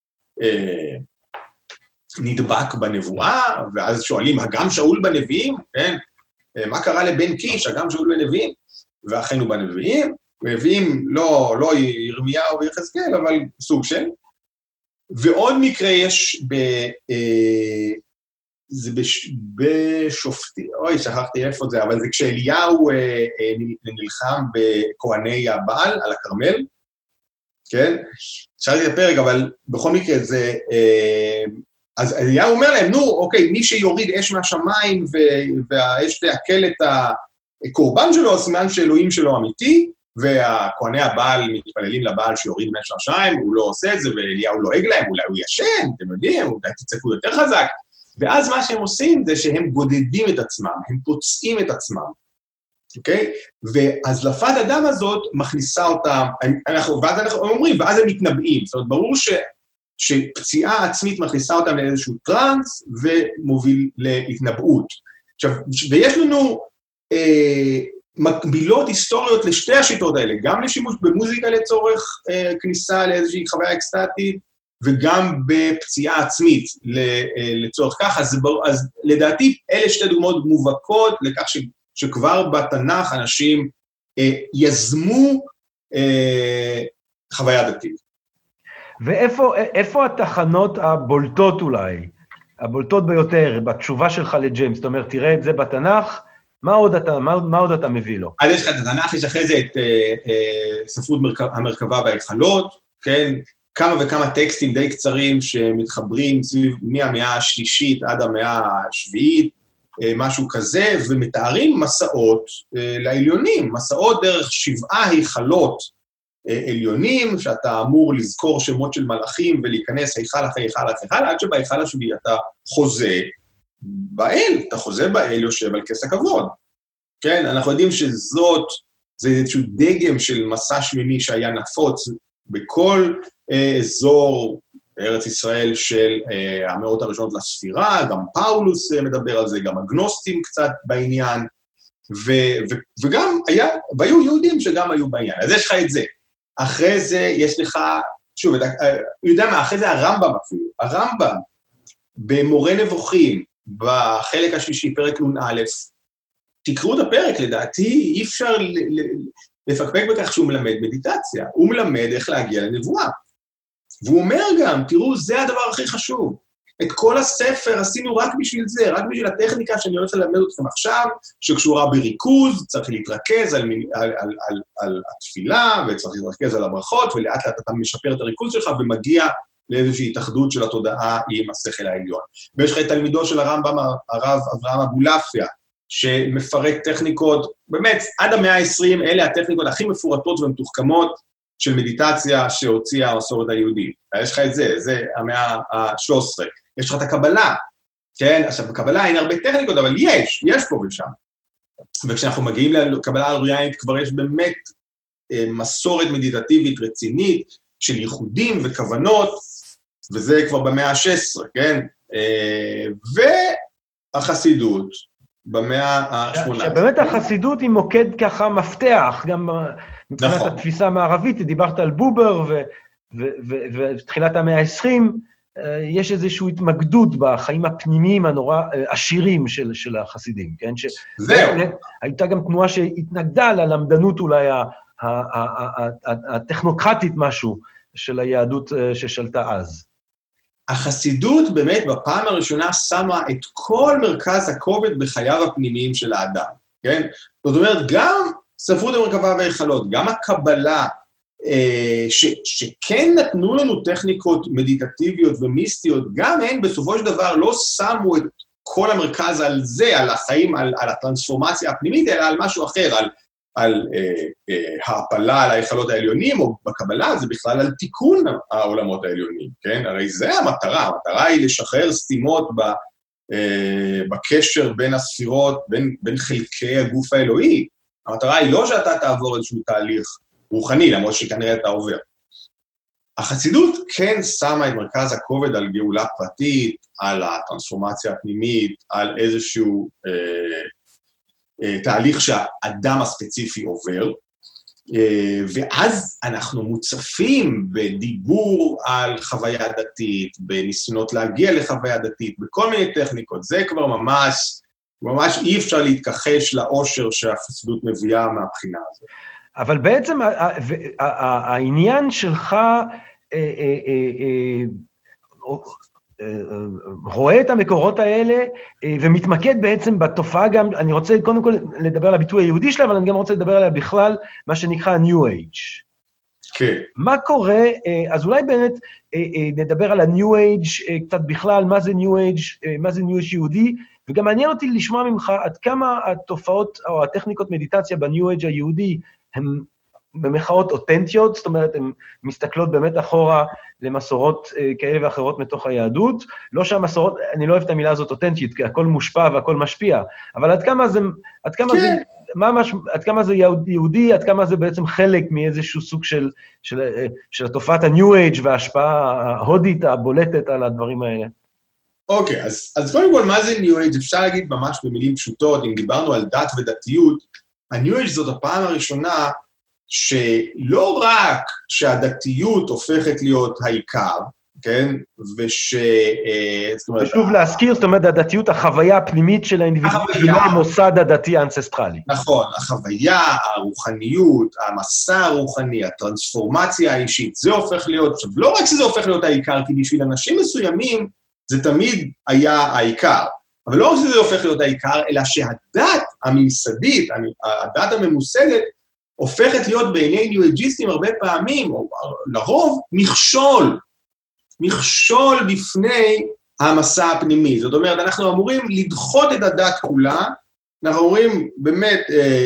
נדבק בנבואה, ואז שואלים, הגם שאול בנביאים, כן? מה קרה לבן קיש, הגם שאול בנביאים? ואכן הוא בנביאים, ונביאים לא ירמיהו ויחזקאל, אבל סוג של. ועוד מקרה יש זה בשופטים, שכחתי איפה זה, אבל זה כשאליהו נלחם בכהני הבעל על הכרמל, כן? שאלתי את הפרק, אבל בכל מקרה זה, אז אליהו אומר להם, נו, אוקיי, מי שיוריד אש מהשמיים והאש תעכל את הקורבן שלו, הסימן שאלוהים שלו אמיתי, והכהני הבעל מתפללים לבעל שיוריד אש מהשמיים, הוא לא עושה את זה, ואליהו לועג להם, אולי הוא ישן, אתם יודעים, אולי תצעקו יותר חזק, ואז מה שהם עושים זה שהם גודדים את עצמם, הם פוצעים את עצמם, אוקיי? והזלפת הדם הזאת מכניסה אותם, ואז אנחנו אומרים, ואז הם מתנבאים, זאת אומרת, ברור שפציעה עצמית מכניסה אותם לאיזשהו טרנס, ומוביל להתנבאות. עכשיו, ויש לנו מקבילות היסטוריות לשתי השיטות האלה, גם לשימוש במוזיקה לצורך כניסה לאיזושהי חוויה אקסטטית, וגם בפציעה עצמית לצורך כך, אז לדעתי אלה שתי דוגמאות מובהקות לכך שכבר בתנ"ך אנשים יזמו חוויה דתית. ואיפה התחנות הבולטות אולי, הבולטות ביותר, בתשובה שלך לג'יימס, זאת אומרת, תראה את זה בתנ"ך, מה עוד אתה מביא לו? אז יש לך את התנ"ך, יש אחרי זה את ספרות המרכבה וההיכלות, כן? כמה וכמה טקסטים די קצרים שמתחברים מהמאה השלישית עד המאה השביעית, משהו כזה, ומתארים מסעות לעליונים, מסעות דרך 7 היכלות עליונים, שאתה אמור לזכור שמות של מלאכים ולהיכנס היכל אחרי היכל אחרי היכל, עד שבהיכל השביעי אתה חוזה באל, אתה חוזה באל יושב על כס הכבוד. כן, אנחנו יודעים זה איזשהו דגם של מסע שמיני שהיה נפוץ בכל אזור ארץ ישראל של המאות הראשונות לספירה, גם פאולוס מדבר על זה, גם הגנוסטים קצת בעניין, וגם והיו יהודים שגם היו בעניין. אז יש לך את זה. אחרי זה יש לך, שוב, יודע מה, אחרי זה הרמב"ם אפילו, הרמב"ם במורה נבוכים, בחלק השלישי, פרק נ"א, תקראו את הפרק, לדעתי אי אפשר לפקפק בכך שהוא מלמד מדיטציה, הוא מלמד איך להגיע לנבואה. והוא אומר גם, תראו, זה הדבר הכי חשוב. את כל הספר עשינו רק בשביל זה, רק בשביל הטכניקה שאני הולך ללמד אתכם עכשיו, שקשורה בריכוז, צריך להתרכז על התפילה, וצריך להתרכז על הברכות, ולאט לאט אתה משפר את הריכוז שלך, ומגיע לאיזושהי התאחדות של התודעה עם השכל העליון. ויש לך את תלמידו של הרמב"ם, הרב אברהם אבולעפיה, שמפרק טכניקות, באמת, עד המאה ה-20, אלה הטכניקות הכי מפורטות ומתוחכמות, של מדיטציה שהוציאה המסורת היהודית. יש לך את זה המאה ה-13. יש לך את הקבלה, כן? עכשיו, בקבלה אין הרבה טכניקות, אבל יש פה ושם. וכשאנחנו מגיעים לקבלה אלוהיינית, כבר יש באמת מסורת מדיטטיבית רצינית, של ייחודים וכוונות, וזה כבר במאה ה-16, כן? והחסידות, במאה ה-18. שבאמת החסידות היא מוקד ככה מפתח, גם מבחינת התפיסה המערבית, דיברת על בובר, ותחילת המאה ה-20, יש איזושהי התמקדות בחיים הפנימיים הנורא עשירים של החסידים, כן? זהו. הייתה גם תנועה שהתנגדה ללמדנות אולי הטכנוקרטית משהו של היהדות ששלטה אז. החסידות באמת בפעם הראשונה שמה את כל מרכז הכובד בחייו הפנימיים של האדם, כן? זאת אומרת, גם ספרות המרכבה וההיכלות, גם הקבלה, שכן נתנו לנו טכניקות מדיטטיביות ומיסטיות, גם הן בסופו של דבר לא שמו את כל המרכז על זה, על החיים, על הטרנספורמציה הפנימית, אלא על משהו אחר, על העפלה על ההיכלות העליונים, או בקבלה זה בכלל על תיקון העולמות העליונים, כן? הרי זה המטרה היא לשחרר סתימות בקשר בין הספירות, בין חלקי הגוף האלוהי. המטרה היא לא שאתה תעבור איזשהו תהליך רוחני, למרות שכנראה אתה עובר. החסידות כן שמה את מרכז הכובד על גאולה פרטית, על הטרנספורמציה הפנימית, על איזשהו תהליך שהאדם הספציפי עובר, ואז אנחנו מוצפים בדיבור על חוויה דתית, בניסיונות להגיע לחוויה דתית, בכל מיני טכניקות. זה כבר ממש אי אפשר להתכחש לאושר שהחסידות מביאה מהבחינה הזאת. אבל בעצם העניין שלך רואה את המקורות האלה ומתמקד בעצם בתופעה גם, אני רוצה קודם כל לדבר על הביטוי היהודי שלה, אבל אני גם רוצה לדבר עליה בכלל, מה שנקרא New Age. כן. מה קורה, אז אולי באמת נדבר על ה-New Age קצת בכלל, מה זה New Age יהודי, וגם מעניין אותי לשמוע ממך עד כמה התופעות או הטכניקות מדיטציה ב-New Age היהודי הן במחאות אותנטיות, זאת אומרת, הן מסתכלות באמת אחורה למסורות כאלה ואחרות מתוך היהדות, לא שהמסורות, אני לא אוהב את המילה הזאת אותנטית, כי הכל מושפע והכל משפיע, אבל עד כמה זה יהודי, עד כמה זה בעצם חלק מאיזשהו סוג של תופעת ה-New Age וההשפעה ההודית הבולטת על הדברים האלה. אוקיי, אז קודם כל, מה זה New Age? אפשר להגיד ממש במילים פשוטות, אם דיברנו על דת ודתיות, ה-New Age זאת הפעם הראשונה שלא רק שהדתיות הופכת להיות העיקר, כן? ושוב להזכיר, זאת אומרת, הדתיות, החוויה הפנימית של האינדיבידואל, ולא המוסד הדתי האנצסטרלי. נכון, החוויה, הרוחניות, המסע הרוחני, הטרנספורמציה האישית, זה הופך להיות, עכשיו, לא רק שזה הופך להיות העיקר, כי בשביל אנשים מסוימים, זה תמיד היה העיקר, אבל לא רק שזה הופך להיות העיקר, אלא שהדת הממסדית, הדת הממוסדת, הופכת להיות בעיני ניו-אייג'יסטים הרבה פעמים, או לרוב, מכשול בפני המסע הפנימי. זאת אומרת, אנחנו אמורים לדחות את הדת כולה, אנחנו אמורים באמת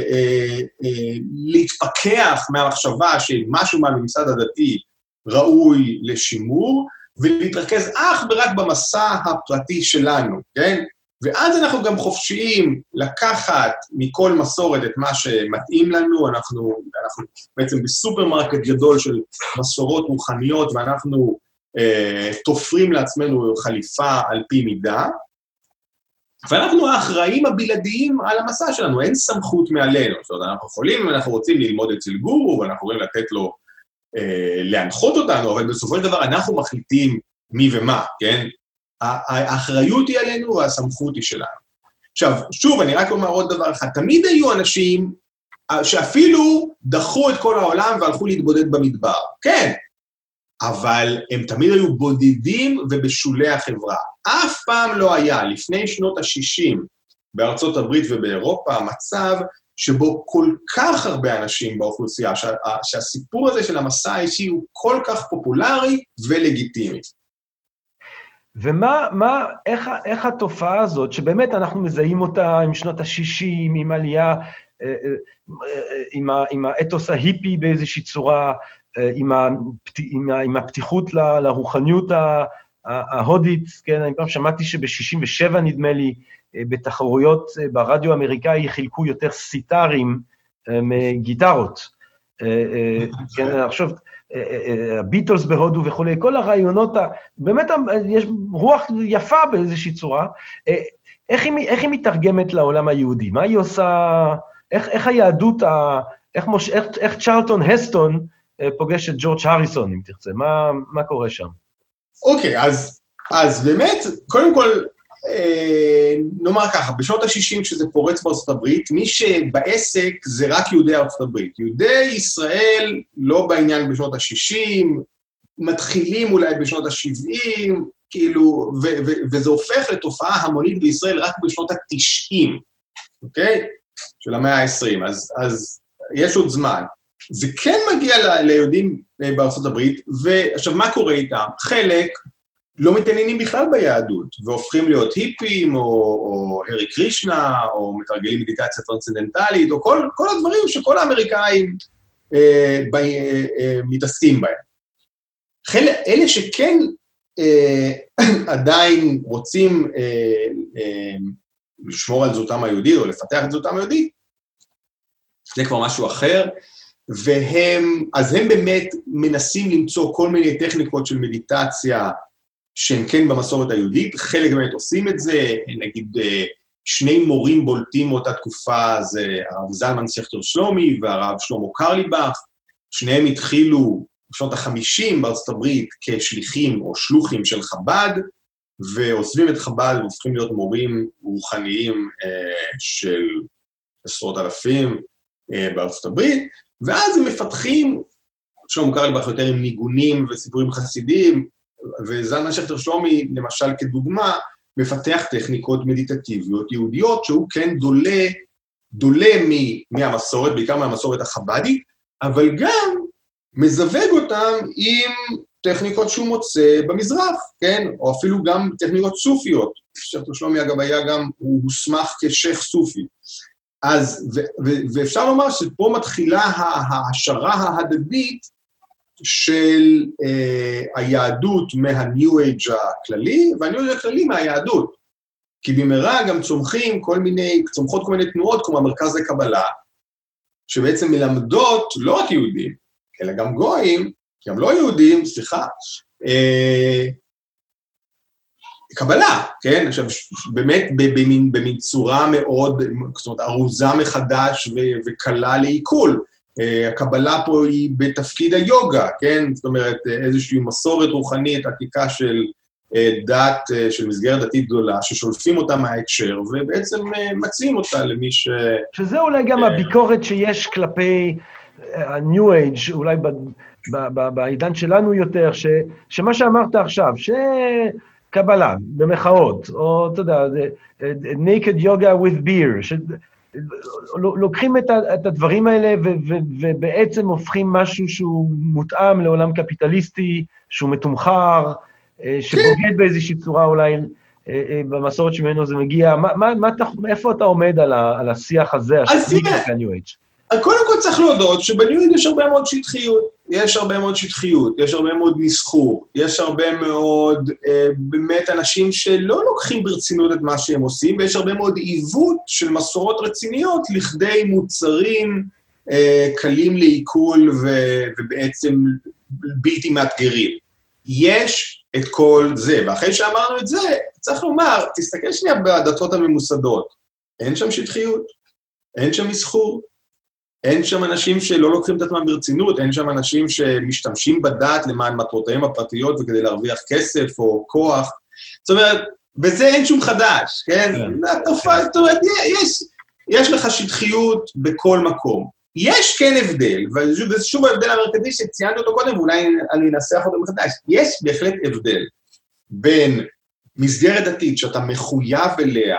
להתפכח מהמחשבה שמשהו מהממסד הדתי ראוי לשימור, ולהתרכז אך ורק במסע הפרטי שלנו, כן? ואז אנחנו גם חופשיים לקחת מכל מסורת את מה שמתאים לנו, אנחנו בעצם בסופרמרקט גדול של מסורות רוחניות, ואנחנו תופרים לעצמנו חליפה על פי מידה, ואנחנו האחראים הבלעדיים על המסע שלנו, אין סמכות מעלינו, זאת אומרת, אנחנו יכולים, אנחנו רוצים ללמוד אצל גורו, ואנחנו יכולים לתת לו, להנחות אותנו, אבל בסופו של דבר אנחנו מחליטים מי ומה, כן? האחריות היא עלינו והסמכות היא שלנו. עכשיו, שוב, אני רק אומר עוד דבר אחד, תמיד היו אנשים שאפילו דחו את כל העולם והלכו להתבודד במדבר, כן, אבל הם תמיד היו בודדים ובשולי החברה. אף פעם לא היה, לפני שנות ה-60, בארצות הברית ובאירופה, מצב שבו כל כך הרבה אנשים באוכלוסייה, שהסיפור הזה של המסע האישי הוא כל כך פופולרי ולגיטימי. איך התופעה הזאת, שבאמת אנחנו מזהים אותה עם שנות ה-60, עם עלייה, עם האתוס ההיפי באיזושהי צורה, עם הפתיחות לרוחניות ההודית, כן, אני פעם שמעתי שב-67 נדמה לי, בתחרויות ברדיו האמריקאי חילקו יותר סיטרים מגיטרות. כן, אני חושב, הביטלס בהודו וכולי, כל הרעיונות, באמת יש רוח יפה באיזושהי צורה, איך היא מתרגמת לעולם היהודי? מה היא עושה, איך היהדות, איך צ'רלטון הסטון פוגש את ג'ורג' הריסון, אם תרצה, מה קורה שם? אוקיי, אז באמת, קודם כל, נאמר ככה, בשנות ה-60 שזה פורץ בארצות הברית, מי שבעסק זה רק יהודי ארצות הברית. יהודי ישראל לא בעניין בשנות ה-60, מתחילים אולי בשנות ה-70, כאילו, וזה הופך לתופעה המונית בישראל רק בשנות ה-90, אוקיי? של המאה ה-20, אז יש עוד זמן. זה כן מגיע ליהודים בארצות הברית, ועכשיו מה קורה איתם? חלק לא מתעניינים בכלל ביהדות, והופכים להיות היפים, או הרי קרישנה, או מתרגלים מדיטציה טרנסצנדנטלית, או כל הדברים שכל האמריקאים מתעסקים בהם. אלה שכן עדיין רוצים לשמור על זהותם היהודית, או לפתח את זהותם היהודית, זה כבר משהו אחר, אז הם באמת מנסים למצוא כל מיני טכניקות של מדיטציה, שהם כן במסורת היהודית, חלק באמת עושים את זה, נגיד שני מורים בולטים מאותה תקופה, זה הרב זלמן שכטר שלומי והרב שלמה קרליבך, שניהם התחילו בשנות ה-50 בארצות הברית כשליחים או שלוחים של חב"ד, ועוזבים את חב"ד והופכים להיות מורים רוחניים של עשרות אלפים בארצות הברית, ואז הם מפתחים, שלמה קרליבך יותר עם ניגונים וסיפורים חסידיים, וזלמן שכטר שלומי, למשל כדוגמה, מפתח טכניקות מדיטטיביות יהודיות, שהוא כן דולה מהמסורת, בעיקר מהמסורת החב"דית, אבל גם מזווג אותם עם טכניקות שהוא מוצא במזרח, כן? או אפילו גם טכניקות סופיות. שכטר שלומי, אגב, הוא הוסמך כשייך סופי. ואפשר לומר שפה מתחילה ההשערה ההדדית, של היהדות מהניו אייג' הכללי, והניו אייג' הכללי מהיהדות. כי במהרה גם צומחות כל מיני תנועות, כמו המרכז לקבלה, שבעצם מלמדות לא רק יהודים, אלא גם גויים, גם לא יהודים, סליחה, קבלה, כן? עכשיו, באמת במין צורה מאוד, זאת אומרת, ארוזה מחדש וקלה לעיכול, הקבלה פה היא בתפקיד היוגה, כן? זאת אומרת, איזושהי מסורת רוחנית, עתיקה של דת, של מסגרת דתית גדולה, ששולפים אותה מההקשר, ובעצם מציעים אותה למי ש... שזה אולי גם הביקורת שיש כלפי ה-New Age, אולי בעידן שלנו יותר, שמה שאמרת עכשיו, שקבלה, במחאות, או אתה יודע, naked yoga with beer, לוקחים את הדברים האלה ובעצם הופכים משהו שהוא מותאם לעולם קפיטליסטי, שהוא מתומחר, שבוגד באיזושהי צורה אולי במסורת שממנו זה מגיע. איפה אתה עומד על השיח הזה, השני כ-New Age? קודם כל צריך להודות שבניו אייג' יש הרבה מאוד שטחיות, יש הרבה מאוד מסחור, יש הרבה מאוד באמת אנשים שלא לוקחים ברצינות את מה שהם עושים, ויש הרבה מאוד עיוות של מסורות רציניות לכדי מוצרים קלים לעיכול ובעצם בלתי מאתגרים. יש את כל זה, ואחרי שאמרנו את זה, צריך לומר, תסתכל שנייה בדתות הממוסדות, אין שם שטחיות, אין שם מסחור, אין שם אנשים שלא לוקחים את עצמם ברצינות, אין שם אנשים שמשתמשים בדת למען מטרותיהם הפרטיות וכדי להרוויח כסף או כוח. זאת אומרת, בזה אין שום חדש, כן? זאת אומרת, יש לך שטחיות בכל מקום. יש כן הבדל, וזה שוב ההבדל המרכזי שציינתי אותו קודם, ואולי אני אנסח אותו מחדש. יש בהחלט הבדל בין מסגרת דתית שאתה מחויב אליה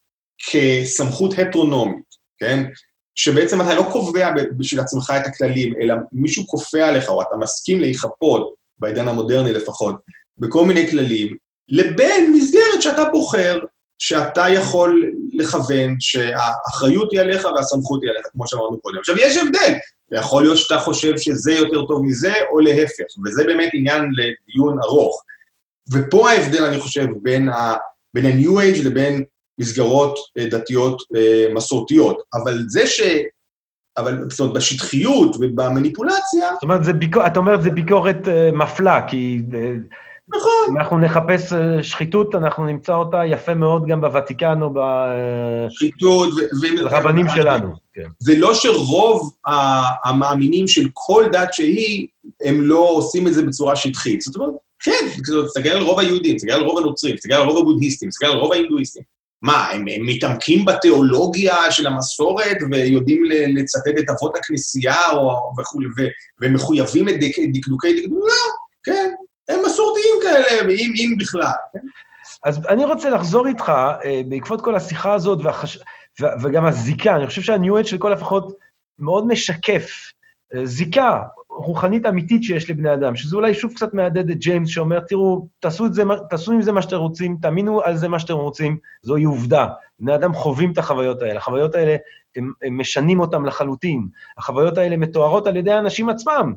כסמכות הטרונומית, כן? שבעצם אתה לא קובע בשביל עצמך את הכללים, אלא מישהו כופה עליך, או אתה מסכים להיחפות, בעידן המודרני לפחות, בכל מיני כללים, לבין מסגרת שאתה בוחר, שאתה יכול לכוון, שהאחריות היא עליך והסמכות היא עליך, כמו שאמרנו קודם. עכשיו, יש הבדל, ויכול להיות שאתה חושב שזה יותר טוב מזה, או להפך, וזה באמת עניין לדיון ארוך. ופה ההבדל, אני חושב, בין ה-New Age לבין מסגרות דתיות מסורתיות, אבל זה זאת אומרת, בשטחיות ובמניפולציה... זאת אומרת, אתה אומר, זה ביקורת מפלה, כי... נכון. אם אנחנו נחפש שחיתות, אנחנו נמצא אותה יפה מאוד גם בוותיקן או שחיתות ברבנים שלנו. זה לא שרוב המאמינים של כל דת שהיא, הם לא עושים את זה בצורה שטחית. זאת אומרת, כן, תסתכל על רוב היהודים, תסתכל על רוב הנוצרים, תסתכל על רוב הבודהיסטים, תסתכל על רוב ההינדואיסטים. מה, הם מתעמקים בתיאולוגיה של המסורת ויודעים לצטט את אבות הכנסייה וכו' ומחויבים את דקדוקי, לא, כן, הם מסורתיים כאלה, אם בכלל. אז אני רוצה לחזור איתך, בעקבות כל השיחה הזאת וגם הזיקה, אני חושב שהניו אייג' של כל לפחות מאוד משקף, זיקה רוחנית אמיתית שיש לבני אדם, שזה אולי שוב קצת מעדד את ג'יימס שאומר, תראו, תעשו עם זה מה שאתם רוצים, תאמינו על זה מה שאתם רוצים, זוהי עובדה. בני אדם חווים את החוויות האלה, החוויות האלה, הם משנים אותם לחלוטין, החוויות האלה מתוארות על ידי האנשים עצמם,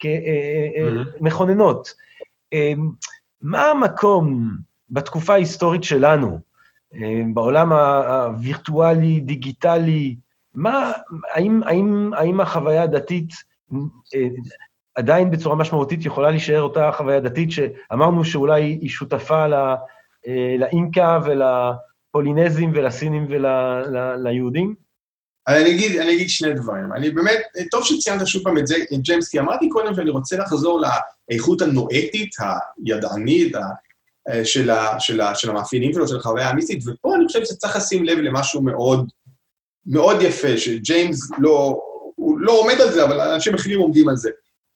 כמכוננות. מה המקום בתקופה ההיסטורית שלנו, בעולם הווירטואלי, דיגיטלי, האם החוויה הדתית עדיין בצורה משמעותית יכולה להישאר אותה חוויה דתית שאמרנו שאולי היא שותפה לאינקה ולפולינזים ולסינים וליהודים? אני אגיד שני דברים. אני באמת, טוב שציינת שוב פעם את זה, ג'יימס, כי אמרתי קודם שאני רוצה לחזור לאיכות הנואטית, הידענית, של המאפיינים שלו, של החוויה המיסטית, ופה אני חושב שצריך לשים לב למשהו מאוד, מאוד יפה, שג'יימס הוא לא עומד על זה, אבל אנשים אחרים עומדים על זה.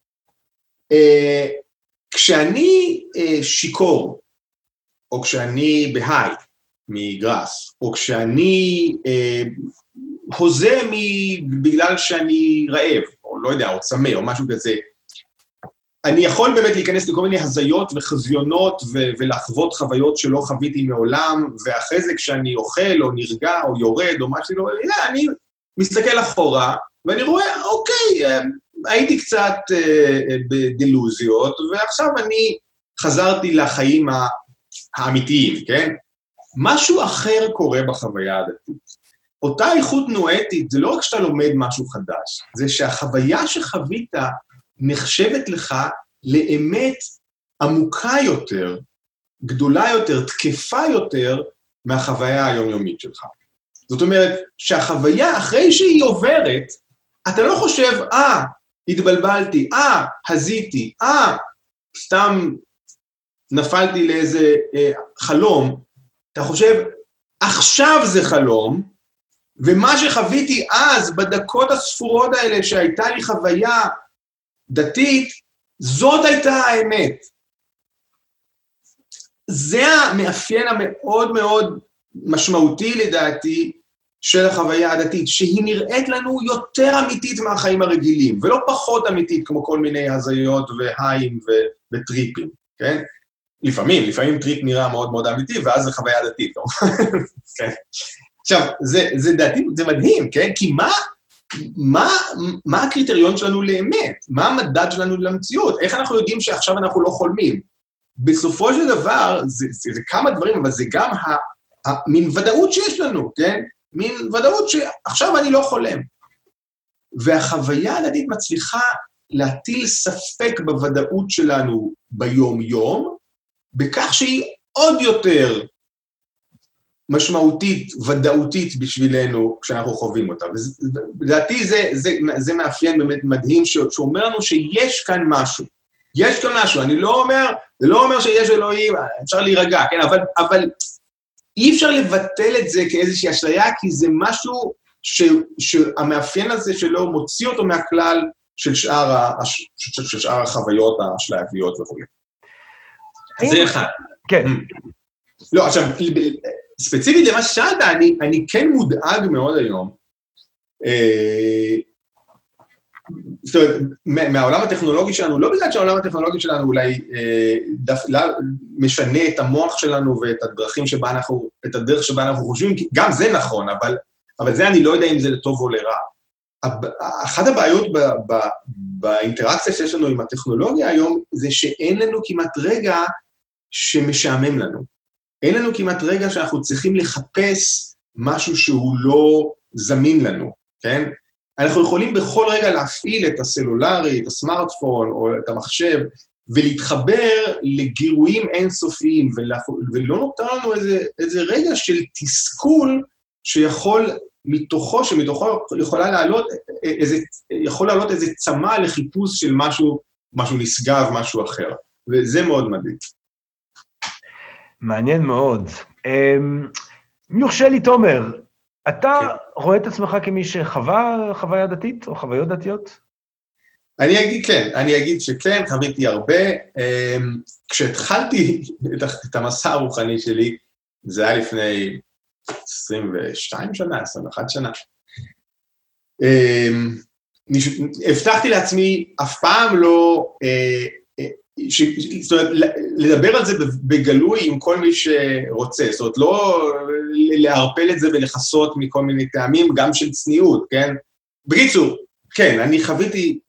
כשאני שיקור, או כשאני בהיי מגרס, או כשאני הוזה בגלל שאני רעב, או לא יודע, או צמא, או משהו כזה, אני יכול באמת להיכנס לכל מיני הזיות וחזיונות ולחוות חוויות שלא חוויתי מעולם, ואחרי זה כשאני אוכל או נרגע או יורד או משהו, אני מסתכל אחורה, ואני רואה, אוקיי, הייתי קצת בדילוזיות, ועכשיו אני חזרתי לחיים האמיתיים, כן? משהו אחר קורה בחוויה הדתית. אותה איכות נואטית, זה לא רק שאתה לומד משהו חדש, זה שהחוויה שחווית נחשבת לך לאמת עמוקה יותר, גדולה יותר, תקפה יותר, מהחוויה היומיומית שלך. זאת אומרת, שהחוויה, אחרי שהיא עוברת, אתה לא חושב, התבלבלתי, הזיתי, סתם נפלתי לאיזה חלום, אתה חושב, עכשיו זה חלום, ומה שחוויתי אז, בדקות הספורות האלה, שהייתה לי חוויה דתית, זאת הייתה האמת. זה המאפיין המאוד מאוד משמעותי לדעתי, של החוויה הדתית, שהיא נראית לנו יותר אמיתית מהחיים הרגילים, ולא פחות אמיתית כמו כל מיני הזיות והיים וטריפים, כן? לפעמים טריפ נראה מאוד מאוד אמיתי, ואז זה חוויה דתית, כן? עכשיו, זה דעתי, זה מדהים, כן? כי מה הקריטריון שלנו לאמת? מה המדד שלנו למציאות? איך אנחנו יודעים שעכשיו אנחנו לא חולמים? בסופו של דבר, זה כמה דברים, אבל זה גם מין ודאות שיש לנו, כן? מין ודאות שעכשיו אני לא חולם. והחוויה הדתית מצליחה להטיל ספק בוודאות שלנו ביום-יום, בכך שהיא עוד יותר משמעותית, ודאותית בשבילנו, כשאנחנו חווים אותה. ולדעתי זה מאפיין באמת מדהים, שאומר לנו שיש כאן משהו. יש כאן משהו, זה לא אומר שיש אלוהים, אפשר להירגע, כן? אבל אי אפשר לבטל את זה כאיזושהי אשליה, כי זה משהו שהמאפיין הזה שלו מוציא אותו מהכלל של שאר החוויות האשלייתיות וכו'. זה אחד. כן. לא, עכשיו, ספציפית למה ששאלת, אני כן מודאג מאוד היום, זאת אומרת, מהעולם הטכנולוגי שלנו, לא בגלל שהעולם הטכנולוגי שלנו אולי משנה את המוח שלנו ואת הדרך שבה אנחנו חושבים, גם זה נכון, אבל זה אני לא יודע אם זה לטוב או לרע. אחת הבעיות באינטראקציה שיש לנו עם הטכנולוגיה היום, זה שאין לנו כמעט רגע שמשעמם לנו. אין לנו כמעט רגע שאנחנו צריכים לחפש משהו שהוא לא זמין לנו, כן? אנחנו יכולים בכל רגע להפעיל את הסלולרי, את הסמארטפון או את המחשב, ולהתחבר לגירויים אינסופיים, ולא נותר לנו איזה רגע של תסכול שמתוכו יכול לעלות איזה צמא לחיפוש של משהו נשגב, משהו אחר. וזה מאוד מדהים. מעניין מאוד. אם יורשה לי, תומר, אתה רואה את עצמך כמי שחווה חוויה דתית או חוויות דתיות? אני אגיד שכן, חוויתי הרבה. כשהתחלתי את המסע הרוחני שלי, זה היה לפני 22 שנה, 21 שנה. הבטחתי לעצמי, אף פעם לא, זאת אומרת, לדבר על זה בגלוי עם כל מי שרוצה, זאת אומרת, לא להרפל את זה ולחסות מכל מיני טעמים, גם של צניעות, כן? בקיצור, כן, אני חוויתי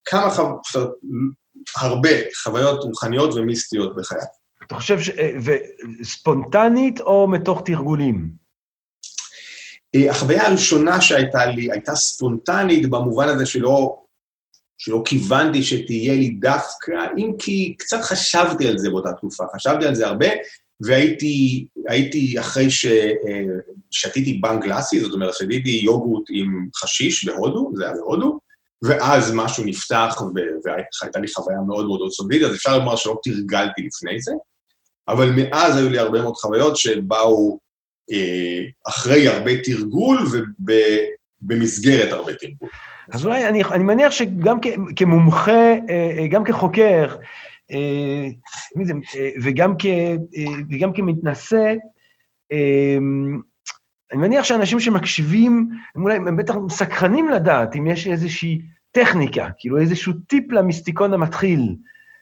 הרבה חוויות רוחניות ומיסטיות בחיי. אתה חושב ספונטנית או מתוך תרגולים? החוויה הראשונה שהייתה לי, הייתה ספונטנית במובן הזה שלא כיוונתי שתהיה לי דווקא, אם כי קצת חשבתי על זה באותה תקופה, חשבתי על זה הרבה, והייתי אחרי ששתיתי בנגלסי, זאת אומרת, שתיתי יוגורט עם חשיש בהודו, זה היה בהודו, ואז משהו נפתח, והייתה לי חוויה מאוד מאוד סודית, אז אפשר לומר שלא תרגלתי לפני זה, אבל מאז היו לי הרבה מאוד חוויות שבאו אחרי הרבה תרגול ובמסגרת הרבה תרגול. אז אולי אני מניח שגם כמומחה, גם כחוקר, וגם כמתנשא, אני מניח שאנשים שמקשיבים, הם בטח מסקרנים לדעת אם יש איזושהי טכניקה, כאילו איזשהו טיפ למיסטיקון המתחיל,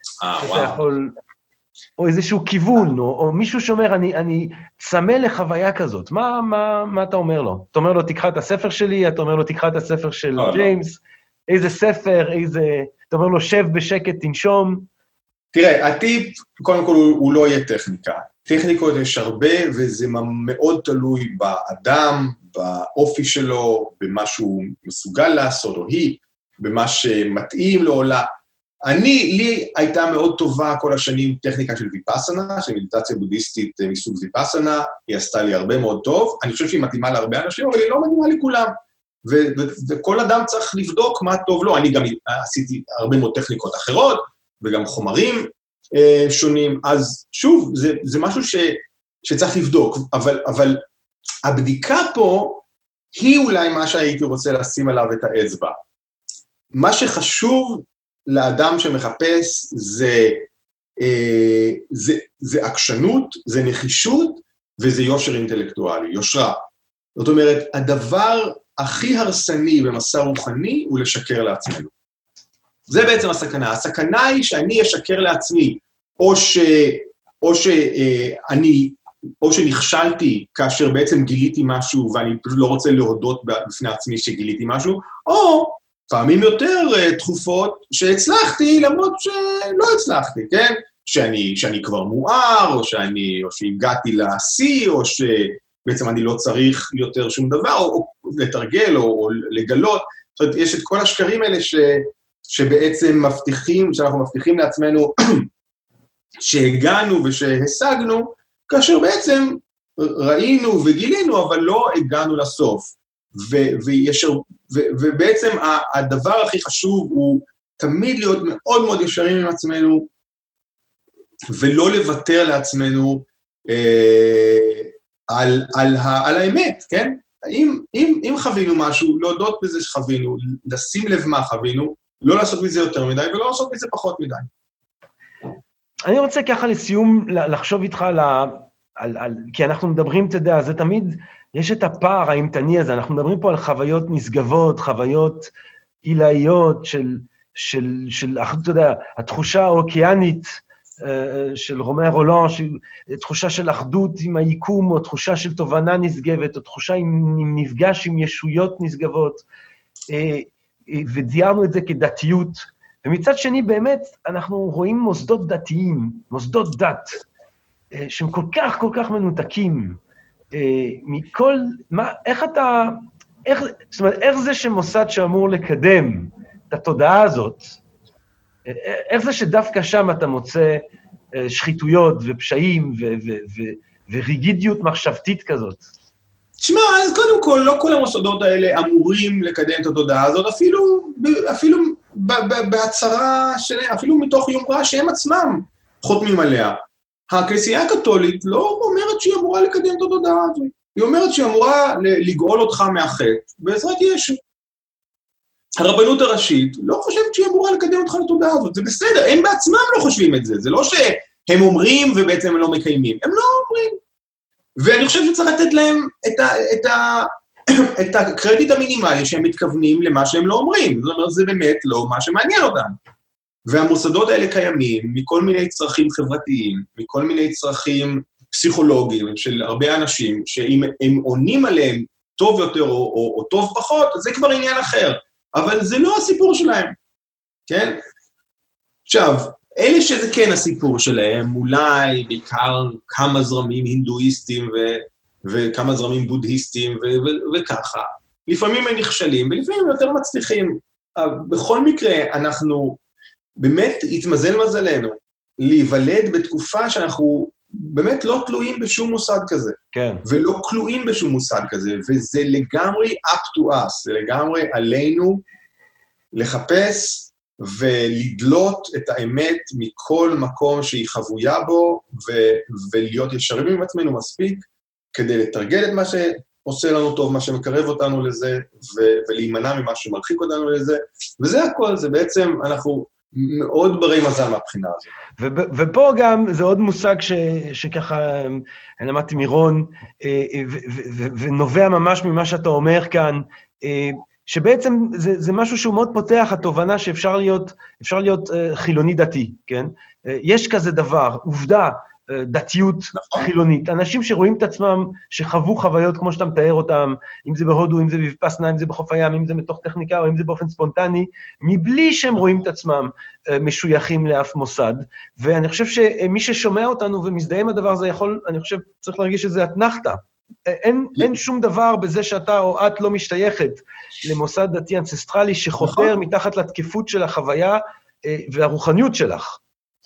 או איזשהו כיוון, או מישהו שאומר, אני צמא לחוויה כזאת, מה אתה אומר לו? אתה אומר לו, תקרא את הספר שלי, אתה אומר לו, תקרא את הספר של ג'יימס, איזה ספר, אתה אומר לו, שב בשקט, תנשום. תראה, הטיפ, קודם כל, הוא לא יהיה טכניקה. טכניקות יש הרבה, וזה מאוד תלוי באדם, באופי שלו, במה שהוא מסוגל לעשות, או היא, במה שמתאים לו, לי הייתה מאוד טובה כל השנים טכניקה של ויפאסנה, של מדיטציה בודהיסטית מסוג ויפאסנה, היא עשתה לי הרבה מאוד טוב, אני חושב שהיא מתאימה להרבה אנשים, אבל היא לא מתאימה לכולם. וכל אדם צריך לבדוק מה טוב לו. אני גם עשיתי הרבה מאוד טכניקות אחרות, וגם חומרים שונים, אז שוב, זה משהו שצריך לבדוק, אבל הבדיקה פה היא אולי מה שהייתי רוצה לשים עליו את האצבע. מה שחשוב לאדם שמחפש זה עקשנות, זה נחישות, וזה יושר אינטלקטואלי, יושרה. זאת אומרת, הדבר הכי הרסני במסע רוחני הוא לשקר לעצמנו. זה בעצם הסכנה. הסכנה היא שאני אשקר לעצמי, או שנכשלתי כאשר בעצם גיליתי משהו, ואני פשוט לא רוצה להודות בפני עצמי שגיליתי משהו, או פעמים יותר תכופות שהצלחתי למרות שלא הצלחתי, כן? שאני כבר מואר, או שהגעתי לשיא, או שבעצם אני לא צריך יותר שום דבר, או לתרגל, או לגלות. זאת אומרת, יש את כל השקרים האלה שבעצם שאנחנו מבטיחים לעצמנו שהגענו ושהשגנו, כאשר בעצם ראינו וגילינו, אבל לא הגענו לסוף. ובעצם הדבר הכי חשוב הוא תמיד להיות מאוד מאוד ישרים עם עצמנו, ולא לוותר לעצמנו על האמת, כן? אם חווינו משהו, להודות בזה שחווינו, לשים לב מה חווינו, לא לעשות מזה יותר מדי, ולא לעשות מזה פחות מדי. אני רוצה ככה לסיום לחשוב איתך כי אנחנו מדברים, אתה יודע, זה תמיד, יש את הפער האימתני הזה, אנחנו מדברים פה על חוויות נשגבות, חוויות עילאיות של, אתה יודע, התחושה האוקיינית של רומי רולן, תחושה של אחדות עם היקום, או תחושה של תובנה נשגבת, או תחושה עם נפגש עם ישויות נשגבות, ודיירנו את זה כדתיות, ומצד שני באמת אנחנו רואים מוסדות דתיים, מוסדות דת, שהם כל כך מנותקים, מכל, זאת אומרת, איך זה שמוסד שאמור לקדם את התודעה הזאת, איך זה שדווקא שם אתה מוצא שחיתויות ופשעים וריגידיות מחשבתית כזאת? תשמע, אז קודם כל, לא כל המוסדות האלה אמורים לקדם את התודעה הזאת, אפילו בהצהרה שלהם, אפילו מתוך יומרה שהם עצמם חותמים עליה. הכנסייה הקתולית לא אומרת שהיא אמורה לקדם את התודעה הזאת, היא אומרת שהיא אמורה לגאול אותך מהחטא, בעזרת ישו. הרבנות הראשית לא חושבת שהיא אמורה לקדם אותך לתודעה הזאת, זה בסדר, הם בעצמם לא חושבים את זה, זה לא שהם אומרים ובעצם הם לא מקיימים, הם לא אומרים. ואני חושב שצריך לתת להם את הקרדיט המינימלי שהם מתכוונים למה שהם לא אומרים, זאת אומרת, זה באמת לא מה שמעניין אותם. והמוסדות האלה קיימים מכל מיני צרכים חברתיים, מכל מיני צרכים פסיכולוגיים של הרבה אנשים, שאם הם עונים עליהם טוב יותר או טוב פחות, זה כבר עניין אחר. אבל זה לא הסיפור שלהם, כן? עכשיו, אלה שזה כן הסיפור שלהם, אולי בעיקר כמה זרמים הינדואיסטים וכמה זרמים בודהיסטים וככה. לפעמים הם נכשלים, ולפעמים הם יותר מצליחים. בכל מקרה, אנחנו באמת התמזל מזלנו להיוולד בתקופה שאנחנו באמת לא תלויים בשום מוסד כזה. כן. ולא כלואים בשום מוסד כזה, וזה לגמרי up to us, זה לגמרי עלינו לחפש ולדלות את האמת מכל מקום שהיא חבויה בו, ולהיות ישרים עם עצמנו מספיק, כדי לתרגל את מה שעושה לנו טוב, מה שמקרב אותנו לזה, ולהימנע ממה שמרחיק אותנו לזה, וזה הכל, זה בעצם, אנחנו מאוד ברי מזל מהבחינה הזאת. ופה גם, זה עוד מושג שככה, אני למדתי מירון, ונובע ממש ממה שאתה אומר כאן, שבעצם זה משהו שהוא מאוד פותח, התובנה שאפשר להיות חילוני דתי, כן? יש כזה דבר, עובדה, דתיות חילונית. אנשים שרואים את עצמם, שחוו חוויות כמו שאתה מתאר אותם, אם זה בהודו, אם זה בוויפאסנה, אם זה בחוף הים, אם זה מתוך טכניקה, או אם זה באופן ספונטני, מבלי שהם רואים את עצמם משויכים לאף מוסד. ואני חושב שמי ששומע אותנו ומזדהה עם הדבר הזה יכול, אני חושב, צריך להרגיש שזה אתנחתא. אין שום דבר בזה שאתה או את לא משתייכת למוסד דתי אנצסטרלי שחותר מתחת לתקפות של החוויה והרוחניות שלך.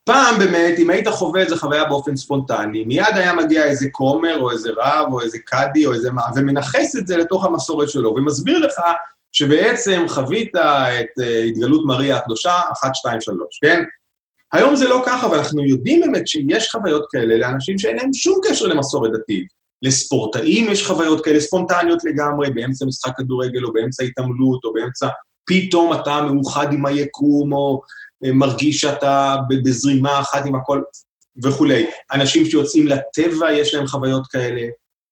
פעם באמת, אם היית חווה את זה חוויה באופן ספונטני, מיד היה מגיע איזה כומר, או איזה רב, או איזה קאדי, או איזה מה, ומנחס את זה לתוך המסורת שלו, ומסביר לך שבעצם חווית את התגלות מריה הקדושה, 1, 2, 3, כן? היום זה לא ככה, אבל אנחנו יודעים באמת שיש חוויות כאלה לאנשים שאין להם שום קשר למסורת דתית. לספורטאים יש חוויות כאלה ספונטניות לגמרי, באמצע משחק כדורגל, או באמצע התעמלות, או באמצע פתאום אתה מאוחד עם היקום, או מרגיש שאתה בזרימה אחת עם הכל, וכולי. אנשים שיוצאים לטבע, יש להם חוויות כאלה,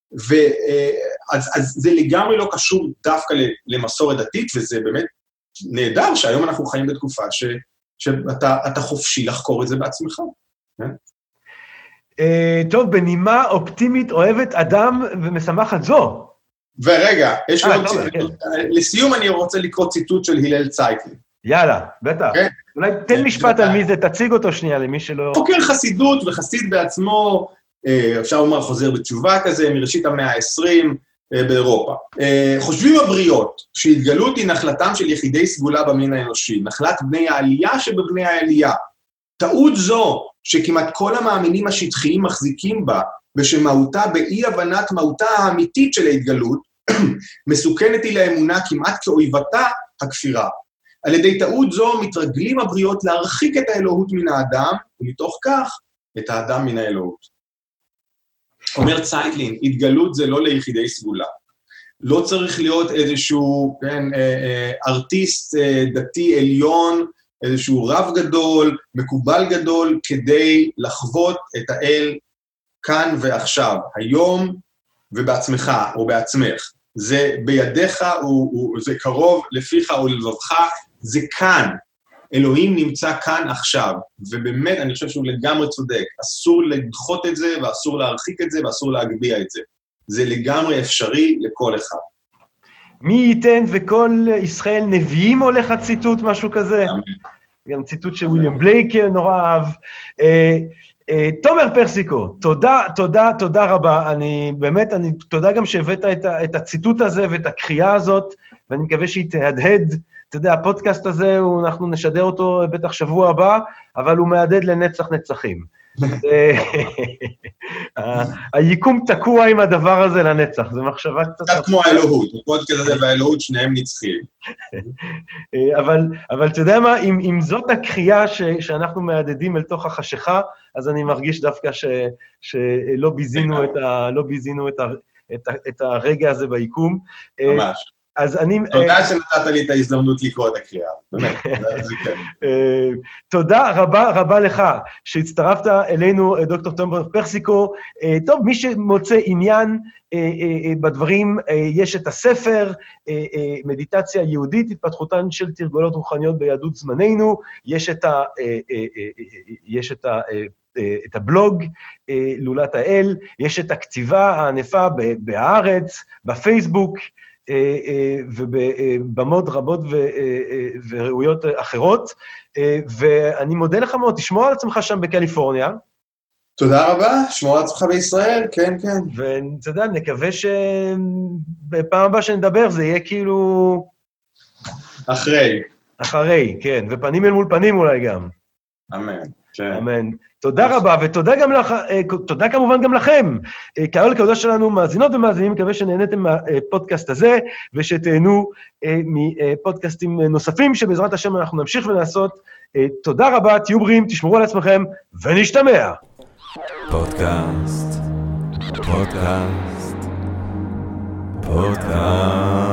אז זה לגמרי לא קשור דווקא למסורת דתית, וזה באמת נהדר שהיום אנחנו חיים בתקופה שאתה חופשי לחקור את זה בעצמך. טוב, בנימה אופטימית אוהבת אדם ומשמחת זו. ורגע, יש לי עוד ציטוט. לסיום אני רוצה לקרוא ציטוט של הלל צייקלין. יאללה, בטח. אולי תן משפט על מי זה, תציג אותו שנייה למי שלא... חוקר חסידות וחסיד בעצמו, אפשר לומר חוזר בתשובה כזה, מראשית המאה ה-20 באירופה. חושבים הבריות שהתגלות היא נחלתם של יחידי סגולה במין האנושי, נחלת בני העלייה שבבני העלייה. טעות זו שכמעט כל המאמינים השטחיים מחזיקים בה, ושמהותה באי הבנת מהותה האמיתית של ההתגלות, מסוכנת היא לאמונה כמעט כאויבתה הכפירה. על ידי טעות זו מתרגלים הבריות להרחיק את האלוהות מן האדם, ומתוך כך את האדם מן האלוהות. אומר צייקלין, התגלות זה לא ליחידי סגולה. לא צריך להיות איזשהו ארטיסט דתי עליון, איזשהו רב גדול, מקובל גדול, כדי לחוות את האל כאן ועכשיו, היום ובעצמך או בעצמך. זה בידיך, זה קרוב לפיך או ללבבך, זה כאן. אלוהים נמצא כאן עכשיו, ובאמת אני חושב שהוא לגמרי צודק. אסור לדחות את זה, ואסור להרחיק את זה, ואסור להגביה את זה. זה לגמרי אפשרי לכל אחד. מי ייתן וכל ישראל נביאים הולך הציטוט, משהו כזה? גם ציטוט של וויליאם בלייק נורא אהב. תומר פרסיקו, תודה רבה. תודה גם שהבאת את הציטוט הזה ואת הקריאה הזאת, ואני מקווה שהיא תהדהד. אתה יודע, הפודקאסט הזה, אנחנו נשדר אותו בטח שבוע הבא, אבל הוא מהדהד לנצח נצחים. היקום תקוע עם הדבר הזה לנצח, זו מחשבה קצת... כמו האלוהות, הפודקאסט הזה והאלוהות שניהם נצחים. אבל אתה יודע מה, אם זאת הקריאה שאנחנו מהדהדים אל תוך החשיכה, אז אני מרגיש דווקא שלא ביזינו את הרגע הזה ביקום. ממש. אז אני... תודה שנתת לי את ההזדמנות לקרוא את הקריאה, באמת, זה כן. תודה רבה לך שהצטרפת אלינו, דוקטור תומר פרסיקו. טוב, מי שמוצא עניין בדברים, יש את הספר, מדיטציה יהודית, התפתחותן של תרגולות רוחניות ביהדות זמננו, יש את הבלוג, לולת האל, יש את הכתיבה הענפה בהארץ, בפייסבוק, ובמות רבות וראויות אחרות, ואני מודה לך מאוד, תשמור על עצמך שם בקליפורניה. תודה רבה, שמור על עצמך בישראל, כן. ואתה יודע, נקווה שבפעם הבאה שנדבר זה יהיה כאילו... אחרי, כן, ופנים אל מול פנים אולי גם. אמן, כן. אמן. תודה רבה, ותודה גם לך, תודה כמובן גם לכם. קהל הקדוש שלנו, מאזינות ומאזינים, מקווה שנהנתם מהפודקאסט הזה, ושתהנו מפודקאסטים נוספים, שבעזרת השם אנחנו נמשיך ונעשות. תודה רבה, תהיו בריאים, תשמרו על עצמכם, ונשתמע. פודקאסט.